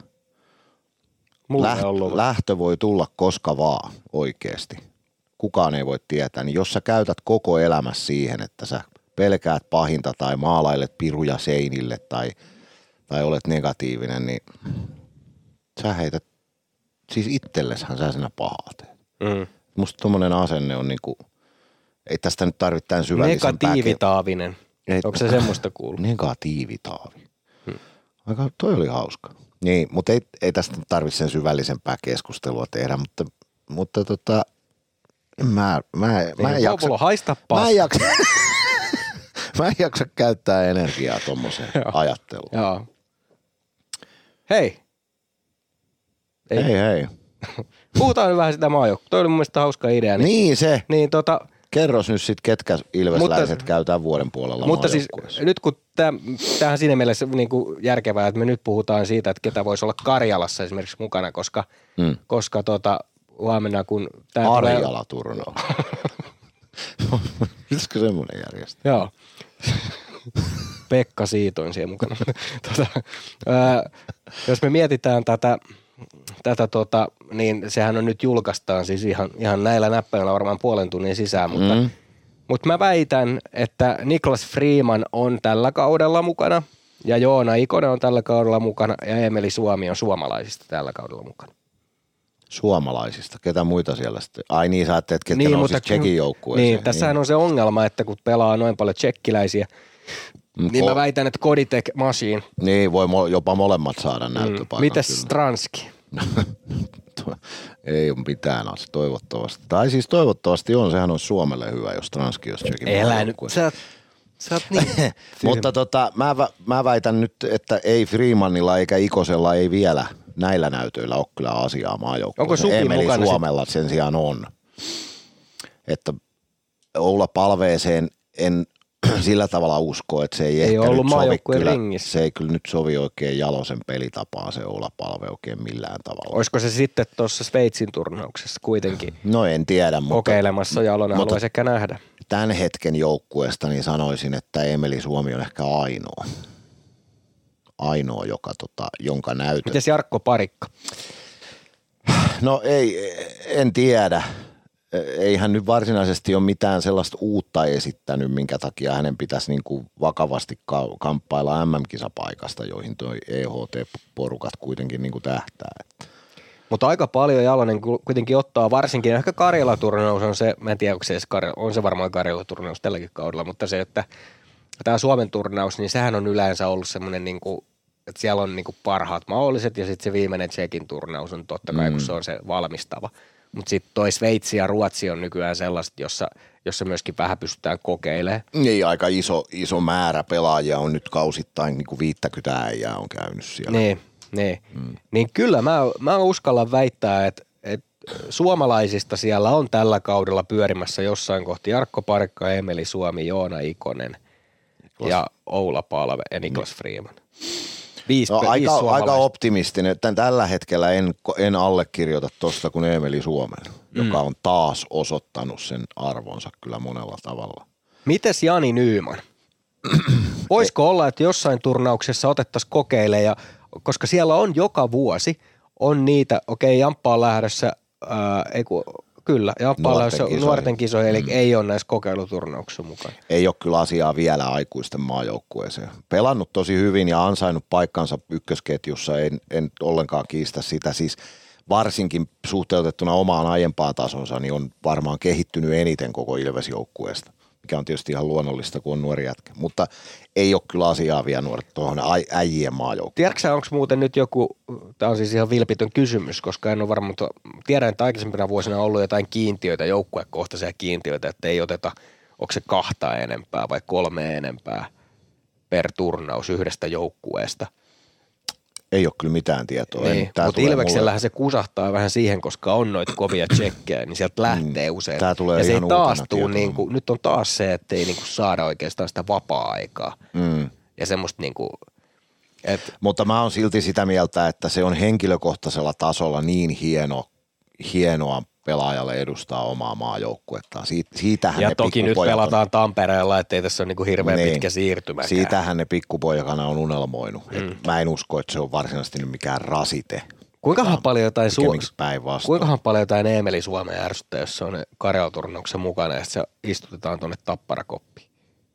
Lähtö voi tulla koska vaan oikeasti. Kukaan ei voi tietää. Niin jos sä käytät koko elämässä siihen, että sä pelkäät pahinta tai maalailet piruja seinille tai olet negatiivinen, niin sä heität, siis itselleshän sä sinä pahaa teet. Musta tommonen asenne on niinku, ei tästä nyt tarvitse tämän syvällisempää. Negatiivitaavinen. Onko se semmoista kuullut? Negatiivitaavi. Toi oli hauska. Niin, mutta ei tästä tarvitse sen syvällisempää keskustelua tehdä, mutta mä en jaksa. Haista paska. Mä en jaksa käyttää energiaa tommoseen ajatteluun. Joo. Hei. Hei. Puhutaan nyt vähän sitä maajoukkoa. Toi oli mun mielestä hauska idea. Niin se. Niin kerros nyt sit, ketkä ilvesläiset käy tämän vuoden puolella. Mutta siis nyt kun tämähän siinä mielessä niin kuin järkevää, että me nyt puhutaan siitä, että ketä voisi olla Karjalassa esimerkiksi mukana, koska huomenna kun tämä Arjala-turnaus. Pitäisikö semmoinen järjestää? Joo. Pekka Siitoin siellä mukana. Jos me mietitään tätä, niin sehän on nyt julkaistaan siis ihan näillä näppäillä varmaan puolen tunnin sisään, mutta mä väitän, että Niklas Freeman on tällä kaudella mukana ja Joona Ikonen on tällä kaudella mukana ja Emeli Suomi on suomalaisista tällä kaudella mukana. Suomalaisista? Ketä muita siellä sitten? Ai niin, sä ajattelet, ketkä niin, nousisi Tšekin joukkueeseen. Niin, tässähän on se ongelma, että kun pelaa noin paljon tšekkiläisiä, niin mä väitän, että Koditek Machine. Niin, voi jopa molemmat saada näyttöpaikan. Mites Stranski? Ei ole mitään toivottavasti. Tai siis toivottavasti on, sehän on Suomelle hyvä, jos Stranski olisi Tšekin. Elä nyt, sä oot niin. Mutta mä väitän nyt, että ei Freemanilla eikä Ikosella ei vielä näillä näytöillä ole kyllä asiaa maajoukkueeseen. Onko Supi Emeli mukana Suomella sen sijaan on. Että Oula Palveeseen en sillä tavalla usko, että se ei ehkä ollut nyt sovi kyllä. ringissä. Se ei kyllä nyt sovi oikein Jalosen pelitapaan se Oula Palve oikein millään tavalla. Olisiko se sitten tuossa Sveitsin turnauksessa kuitenkin? No en tiedä, mutta kokeilemassa Jalonen haluaisi ehkä nähdä. Tämän hetken joukkueesta niin sanoisin, että Emeli Suomi on ehkä ainoa jonka näytön. Mites Jarkko Parikka? No en tiedä. Eihän nyt varsinaisesti ole mitään sellaista uutta esittänyt, minkä takia hänen pitäisi niin kuin vakavasti kamppailla MM-kisapaikasta, joihin tuo EHT-porukat kuitenkin niin kuin tähtää. Mutta aika paljon Jalonen kuitenkin ottaa, varsinkin ehkä Karjala-turnaus on se, mä en tiedä, onko se edes on se varmaan Karjala-turnaus tälläkin kaudella, mutta se, että tämä Suomen turnaus, niin sehän on yleensä ollut semmoinen, niin kuin, että siellä on niin kuin parhaat mahdolliset ja sitten se viimeinen Tšekin turnaus on totta kai, kun se on se valmistava. Mutta sitten toi Sveitsi ja Ruotsi on nykyään sellaiset, jossa myöskin vähän pystytään kokeilemaan. Niin, aika iso määrä pelaajia on nyt kausittain, niin kuin 50 äijää on käynyt siellä. Niin kyllä mä uskallan väittää, että suomalaisista siellä on tällä kaudella pyörimässä jossain kohti Jarkko Parikka, Emeli Suomi, Joona Ikonen ja Oula Palve ja Niklas Freeman. Aika optimistinen. Tällä hetkellä en allekirjoita tuosta kuin Emeli Suomen, joka on taas osoittanut sen arvonsa kyllä monella tavalla. Mites Jani Nyyman? Voisiko olla, että jossain turnauksessa otettaisiin kokeilemaan, koska siellä on joka vuosi, on niitä, Jamppa on lähdössä, Jamppa on lähdössä nuorten kisoihin, eli ei ole näissä kokeiluturnauksissa mukana. Ei ole kyllä asiaa vielä aikuisten maajoukkueeseen. Pelannut tosi hyvin ja ansainnut paikkansa ykkösketjussa, en ollenkaan kiistä sitä. Siis varsinkin suhteutettuna omaan aiempaan tasonsa, niin on varmaan kehittynyt eniten koko Ilves-joukkueesta, mikä on tietysti ihan luonnollista, kun on nuori jätkä. Mutta ei ole kyllä asiaa vielä nuoret tuohon äijien maajoukkueeseen. Tiedätkö onko muuten nyt joku, tämä on siis ihan vilpitön kysymys, koska en ole varma, mutta tiedän, että aikaisempina vuosina on ollut jotain kiintiöitä, joukkuekohtaisia kiintiöitä, että ei onko se 2 enempää vai 3 enempää per turnaus yhdestä joukkueesta. Ei ole kyllä mitään tietoa. Niin, mutta Ilveksellähän se kusahtaa vähän siihen, koska on noita kovia tsekkejä, niin sieltä lähtee usein. Tää tulee ja se ihan ei taas uutena tuu, tietona. nyt on taas se, että ei niinku saada oikeastaan sitä vapaa-aikaa. Ja semmoista niinku, Mutta mä oon silti sitä mieltä, että se on henkilökohtaisella tasolla niin hienoa pelaajalle edustaa omaa maajoukkuettaan. Siitähän ja ne toki nyt pikkupojat pelataan Tampereella, ettei tässä ole niinku hirveän Niin. pitkä siirtymäkään. Siitähän ne pikkupojakana on unelmoinut. Mä en usko, että se on varsinaisesti nyt mikään rasite. Kuinkahan paljon jotain Päinvastoin. Eemeli Suomeen ärsyttää, jos se on Karjala-turnauksen mukana ja sitten se istutetaan tuonne Tapparakoppiin.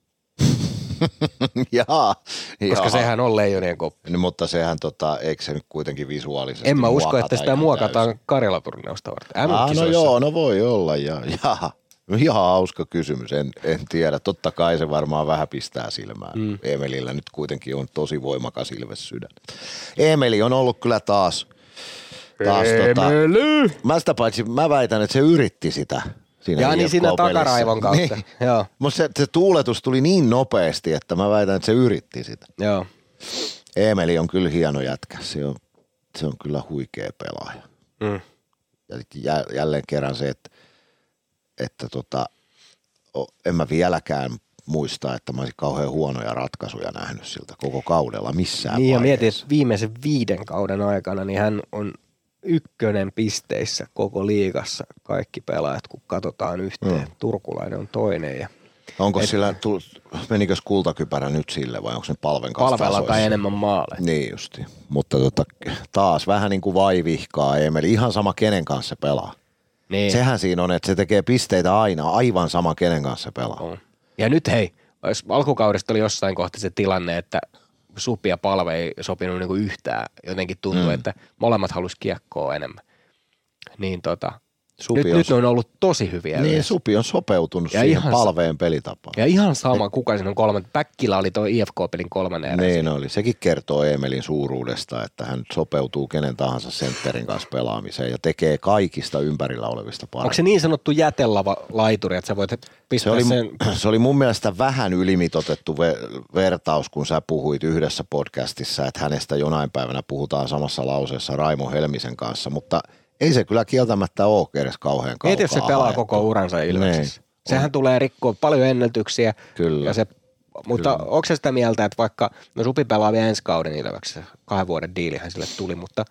Jaa. Koska sehän on Leijonien koppi. No, mutta sehän eikö se nyt kuitenkin visuaalisesti En mä usko, muokata että sitä ihan muokataan täysin? Karjala-turnausta varten. No joo, no voi olla. Ihan hauska kysymys, en tiedä. Totta kai se varmaan vähän pistää silmään. Eemelillä nyt kuitenkin on tosi voimakas Ilves-sydän. Eemeli on ollut kyllä taas mä sitä paitsi, mä väitän, että se yritti sitä. Ja niin siinä takaraivon kautta. Niin. Joo. Mutta se tuuletus tuli niin nopeasti, että mä väitän, että se yritti sitä. Joo. Eemeli on kyllä hieno jätkä. Se on kyllä huikea pelaaja. Ja jälleen kerran se, että en mä vieläkään muista, että mä olisin kauhean huonoja ratkaisuja nähnyt siltä koko kaudella missään Niin ja vaiheessa. mietin, että viimeisen 5 kauden aikana niin hän on 1 pisteissä koko liigassa kaikki pelaajat, kun katsotaan yhteen. Turkulainen on toinen. Ja Onko menikös kultakypärä nyt sille vai onko se palven kanssa palvella kai enemmän maaleja. Niin justi. Mutta taas vähän niin kuin vaivihkaa Eemeli. Ihan sama kenen kanssa se pelaa. Niin. Sehän siinä on, että se tekee pisteitä aina, aivan sama kenen kanssa se pelaa. On. Ja nyt hei, alkukaudesta oli jossain kohta se tilanne, että Supi ja Palve ei sopinut niinku yhtään. Jotenkin tuntuu, että molemmat halusi kiekkoa enemmän. Niin nyt ne on ollut tosi hyviä. Niin, yhdessä. Supi on sopeutunut Ja siihen ihan Palveen pelitapaan. Ja ihan sama, kuka siinä on 3. Päkkilä oli tuo IFK-pelin 3. erä. Niin oli. Sekin kertoo Eemelin suuruudesta, että hän sopeutuu kenen tahansa sentterin kanssa pelaamiseen ja tekee kaikista ympärillä olevista paremmin. Onko se niin sanottu jätelava laituri, että sä voit pistää Se oli mun mielestä vähän ylimitotettu vertaus, kun sä puhuit yhdessä podcastissa, että hänestä jonain päivänä puhutaan samassa lauseessa Raimo Helmisen kanssa, mutta ei se kyllä kieltämättä ole edes kauhean kaukaa. Mieti, jos se pelaa haettu. koko uransa Ilveksessä. Niin. Sehän tulee rikkoa paljon ennätyksiä. Kyllä. Mutta onko se sitä mieltä, että vaikka, no Supi pelaa vielä ensi kauden Ilveksessä, 2 vuoden diilihän sille tuli, mutta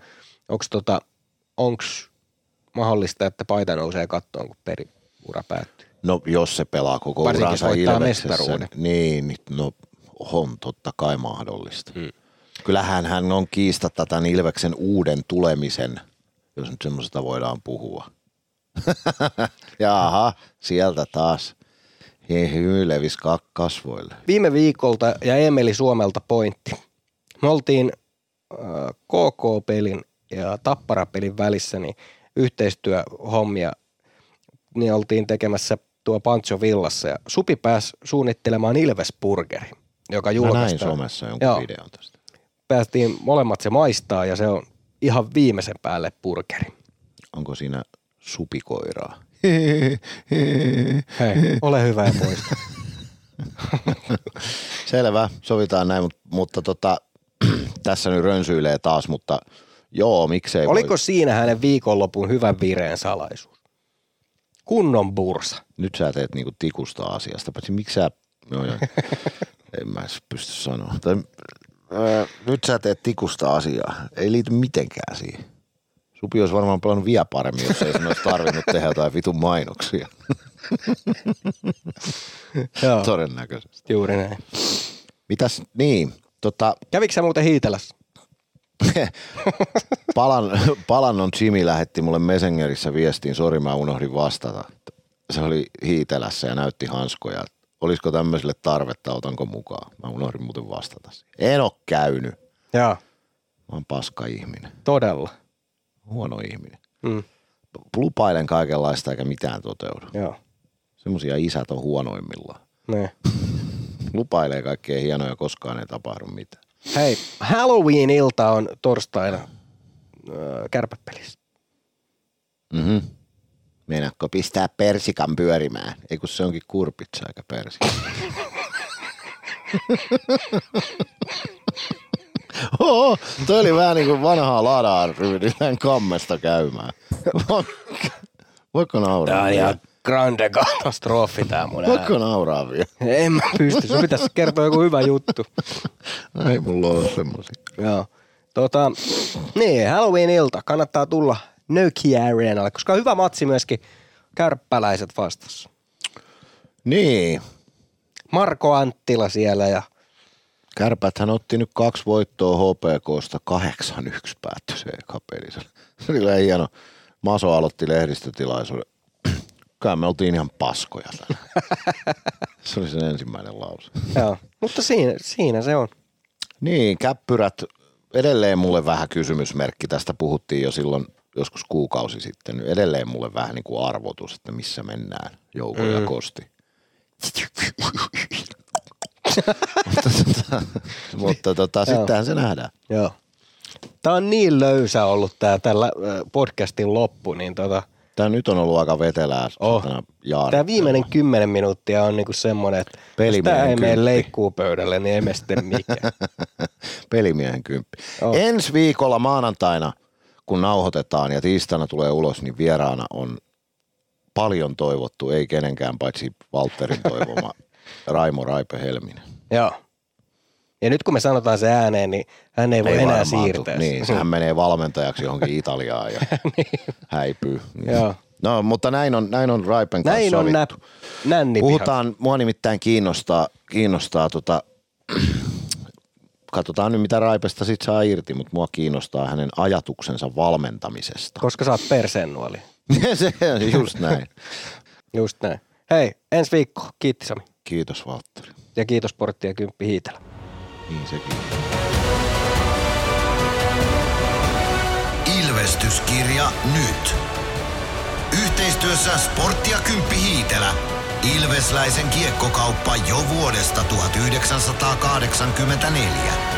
onko mahdollista, että paita nousee kattoon, kun ura päättyy? No jos se pelaa koko varsinkin uransa voittaa Ilveksessä, mestaruuden. niin no on totta kai mahdollista. Kyllähän hän on kiistatta tämän Ilveksen uuden tulemisen, jos nyt semmoisesta voidaan puhua. Jaha, sieltä taas hymy levisi kasvoille. Viime viikolta ja Eemeli Suomelta pointti. Me oltiin KK-pelin ja Tappara-pelin välissä niin yhteistyöhommia, niin oltiin tekemässä tuo Pancho Villassa ja Supi pääsi suunnittelemaan Ilves-burgeri, joka Mä julkaistaan. näin somessa jonkun videon tästä. Päästiin molemmat se maistaa ja se on ihan viimeisen päälle burgeri. Onko siinä supikoiraa? Hei, ole hyvä ja poista. Selvä, sovitaan näin, mutta tässä nyt rönsyilee taas, mutta joo, miksei Oliko siinä hänen viikonlopun hyvän vireen salaisuus? Kunnon bursa. Nyt sä teet niinku tikusta asiasta, paitsi miksi sä, en mä edes pysty sanoa. Nyt sä teet tikusta asiaa, ei liity mitenkään siihen. Supi olisi varmaan pelannut vielä paremmin, jos ei sen olisi tarvinnut tehdä jotain vitun mainoksia. Joo, Todennäköisesti. juuri näin. Mitäs, niin, Kävikö sä muuten Hiitelässä? Palannon Jimmy lähetti mulle Messengerissä viestiin, sori mä unohdin vastata. Se oli Hiitelässä ja näytti hanskoja. Olisiko tämmöiselle tarvetta, otanko mukaan? Mä unohdin muuten vastata. En oo käynyt. Joo, Mä oon paska ihminen. todella. Huono ihminen. Lupailen Kaikenlaista eikä mitään toteudu. Joo, Semmoisia isät on huonoimmillaan. ne. Lupailee kaikkea hienoja, koskaan ei tapahdu mitään. Hei, Halloween-ilta on torstaina Kärpäpelissä. Meinaatko pistää persikan pyörimään? Ei kun se onkin kurpitsa eikä persika. Oho, toi oli vähän niin kuin vanhaa ladaa ryhdytään kammesta käymään. Voitko nauraa? Tää on ihan grande katastrofi tää mun ääni. Voitko nauraa vielä? En mä pysty, sun pitäisi kertoa joku hyvä juttu. Ei mulla ole semmosia. Joo. Niin, Halloween-ilta. Kannattaa tulla Nokia Arenalle, koska on hyvä matsi myöskin kärppäläiset vastassa. Niin. Marko Anttila siellä ja... Kärpäthän otti nyt 2 voittoa HPK:sta, 8-1 päättyi se eka peli. Se oli hieno. Maso aloitti lehdistötilaisuuden. Kai me oltiin ihan paskoja. Se oli sen ensimmäinen lause. Joo, mutta siinä se on. Niin, käppyrät, edelleen mulle vähän kysymysmerkki. Tästä puhuttiin jo silloin joskus kuukausi sitten. Edelleen mulle vähän niin kuin arvotus, että missä mennään Jouko ja Kosti. mutta sittenhän se nähdään. Joo. Tää on niin löysä ollut tällä podcastin loppu, niin Tää nyt on ollut aika vetelää. Tää viimeinen 10 minuuttia on niinku semmonen, että jos tää ei mene leikkuupöydälle, niin ei me sitten mikään. Pelimiehen 10. Ensi viikolla maanantaina, kun nauhoitetaan ja tiistaina tulee ulos, niin vieraana on paljon toivottu, ei kenenkään paitsi Valtterin toivoma Raimo Raipe Helminen. Joo. Ja nyt kun me sanotaan se ääneen, niin hän ei voi enää siirtää. Niin, hän menee valmentajaksi johonkin Italiaan ja häipyy. Niin. Joo. No, mutta näin on Raipen kanssa näin on sovittu. Puhutaan, mua nimittäin kiinnostaa katsotaan nyt mitä Raipesta sit saa irti, mutta mua kiinnostaa hänen ajatuksensa valmentamisesta. Koska sä oot perseennuoli. Se on just näin. Just näin. Hei, ensi viikko. Kiitti Sami. Kiitos Valtteri. Ja kiitos Portti ja Kymppi Hiitelä. Niin sekin. Ilvestyskirja nyt. Yhteistyössä Sportti ja Kymppi Hiitelä. Ilvesläisen kiekkokauppa jo vuodesta 1984.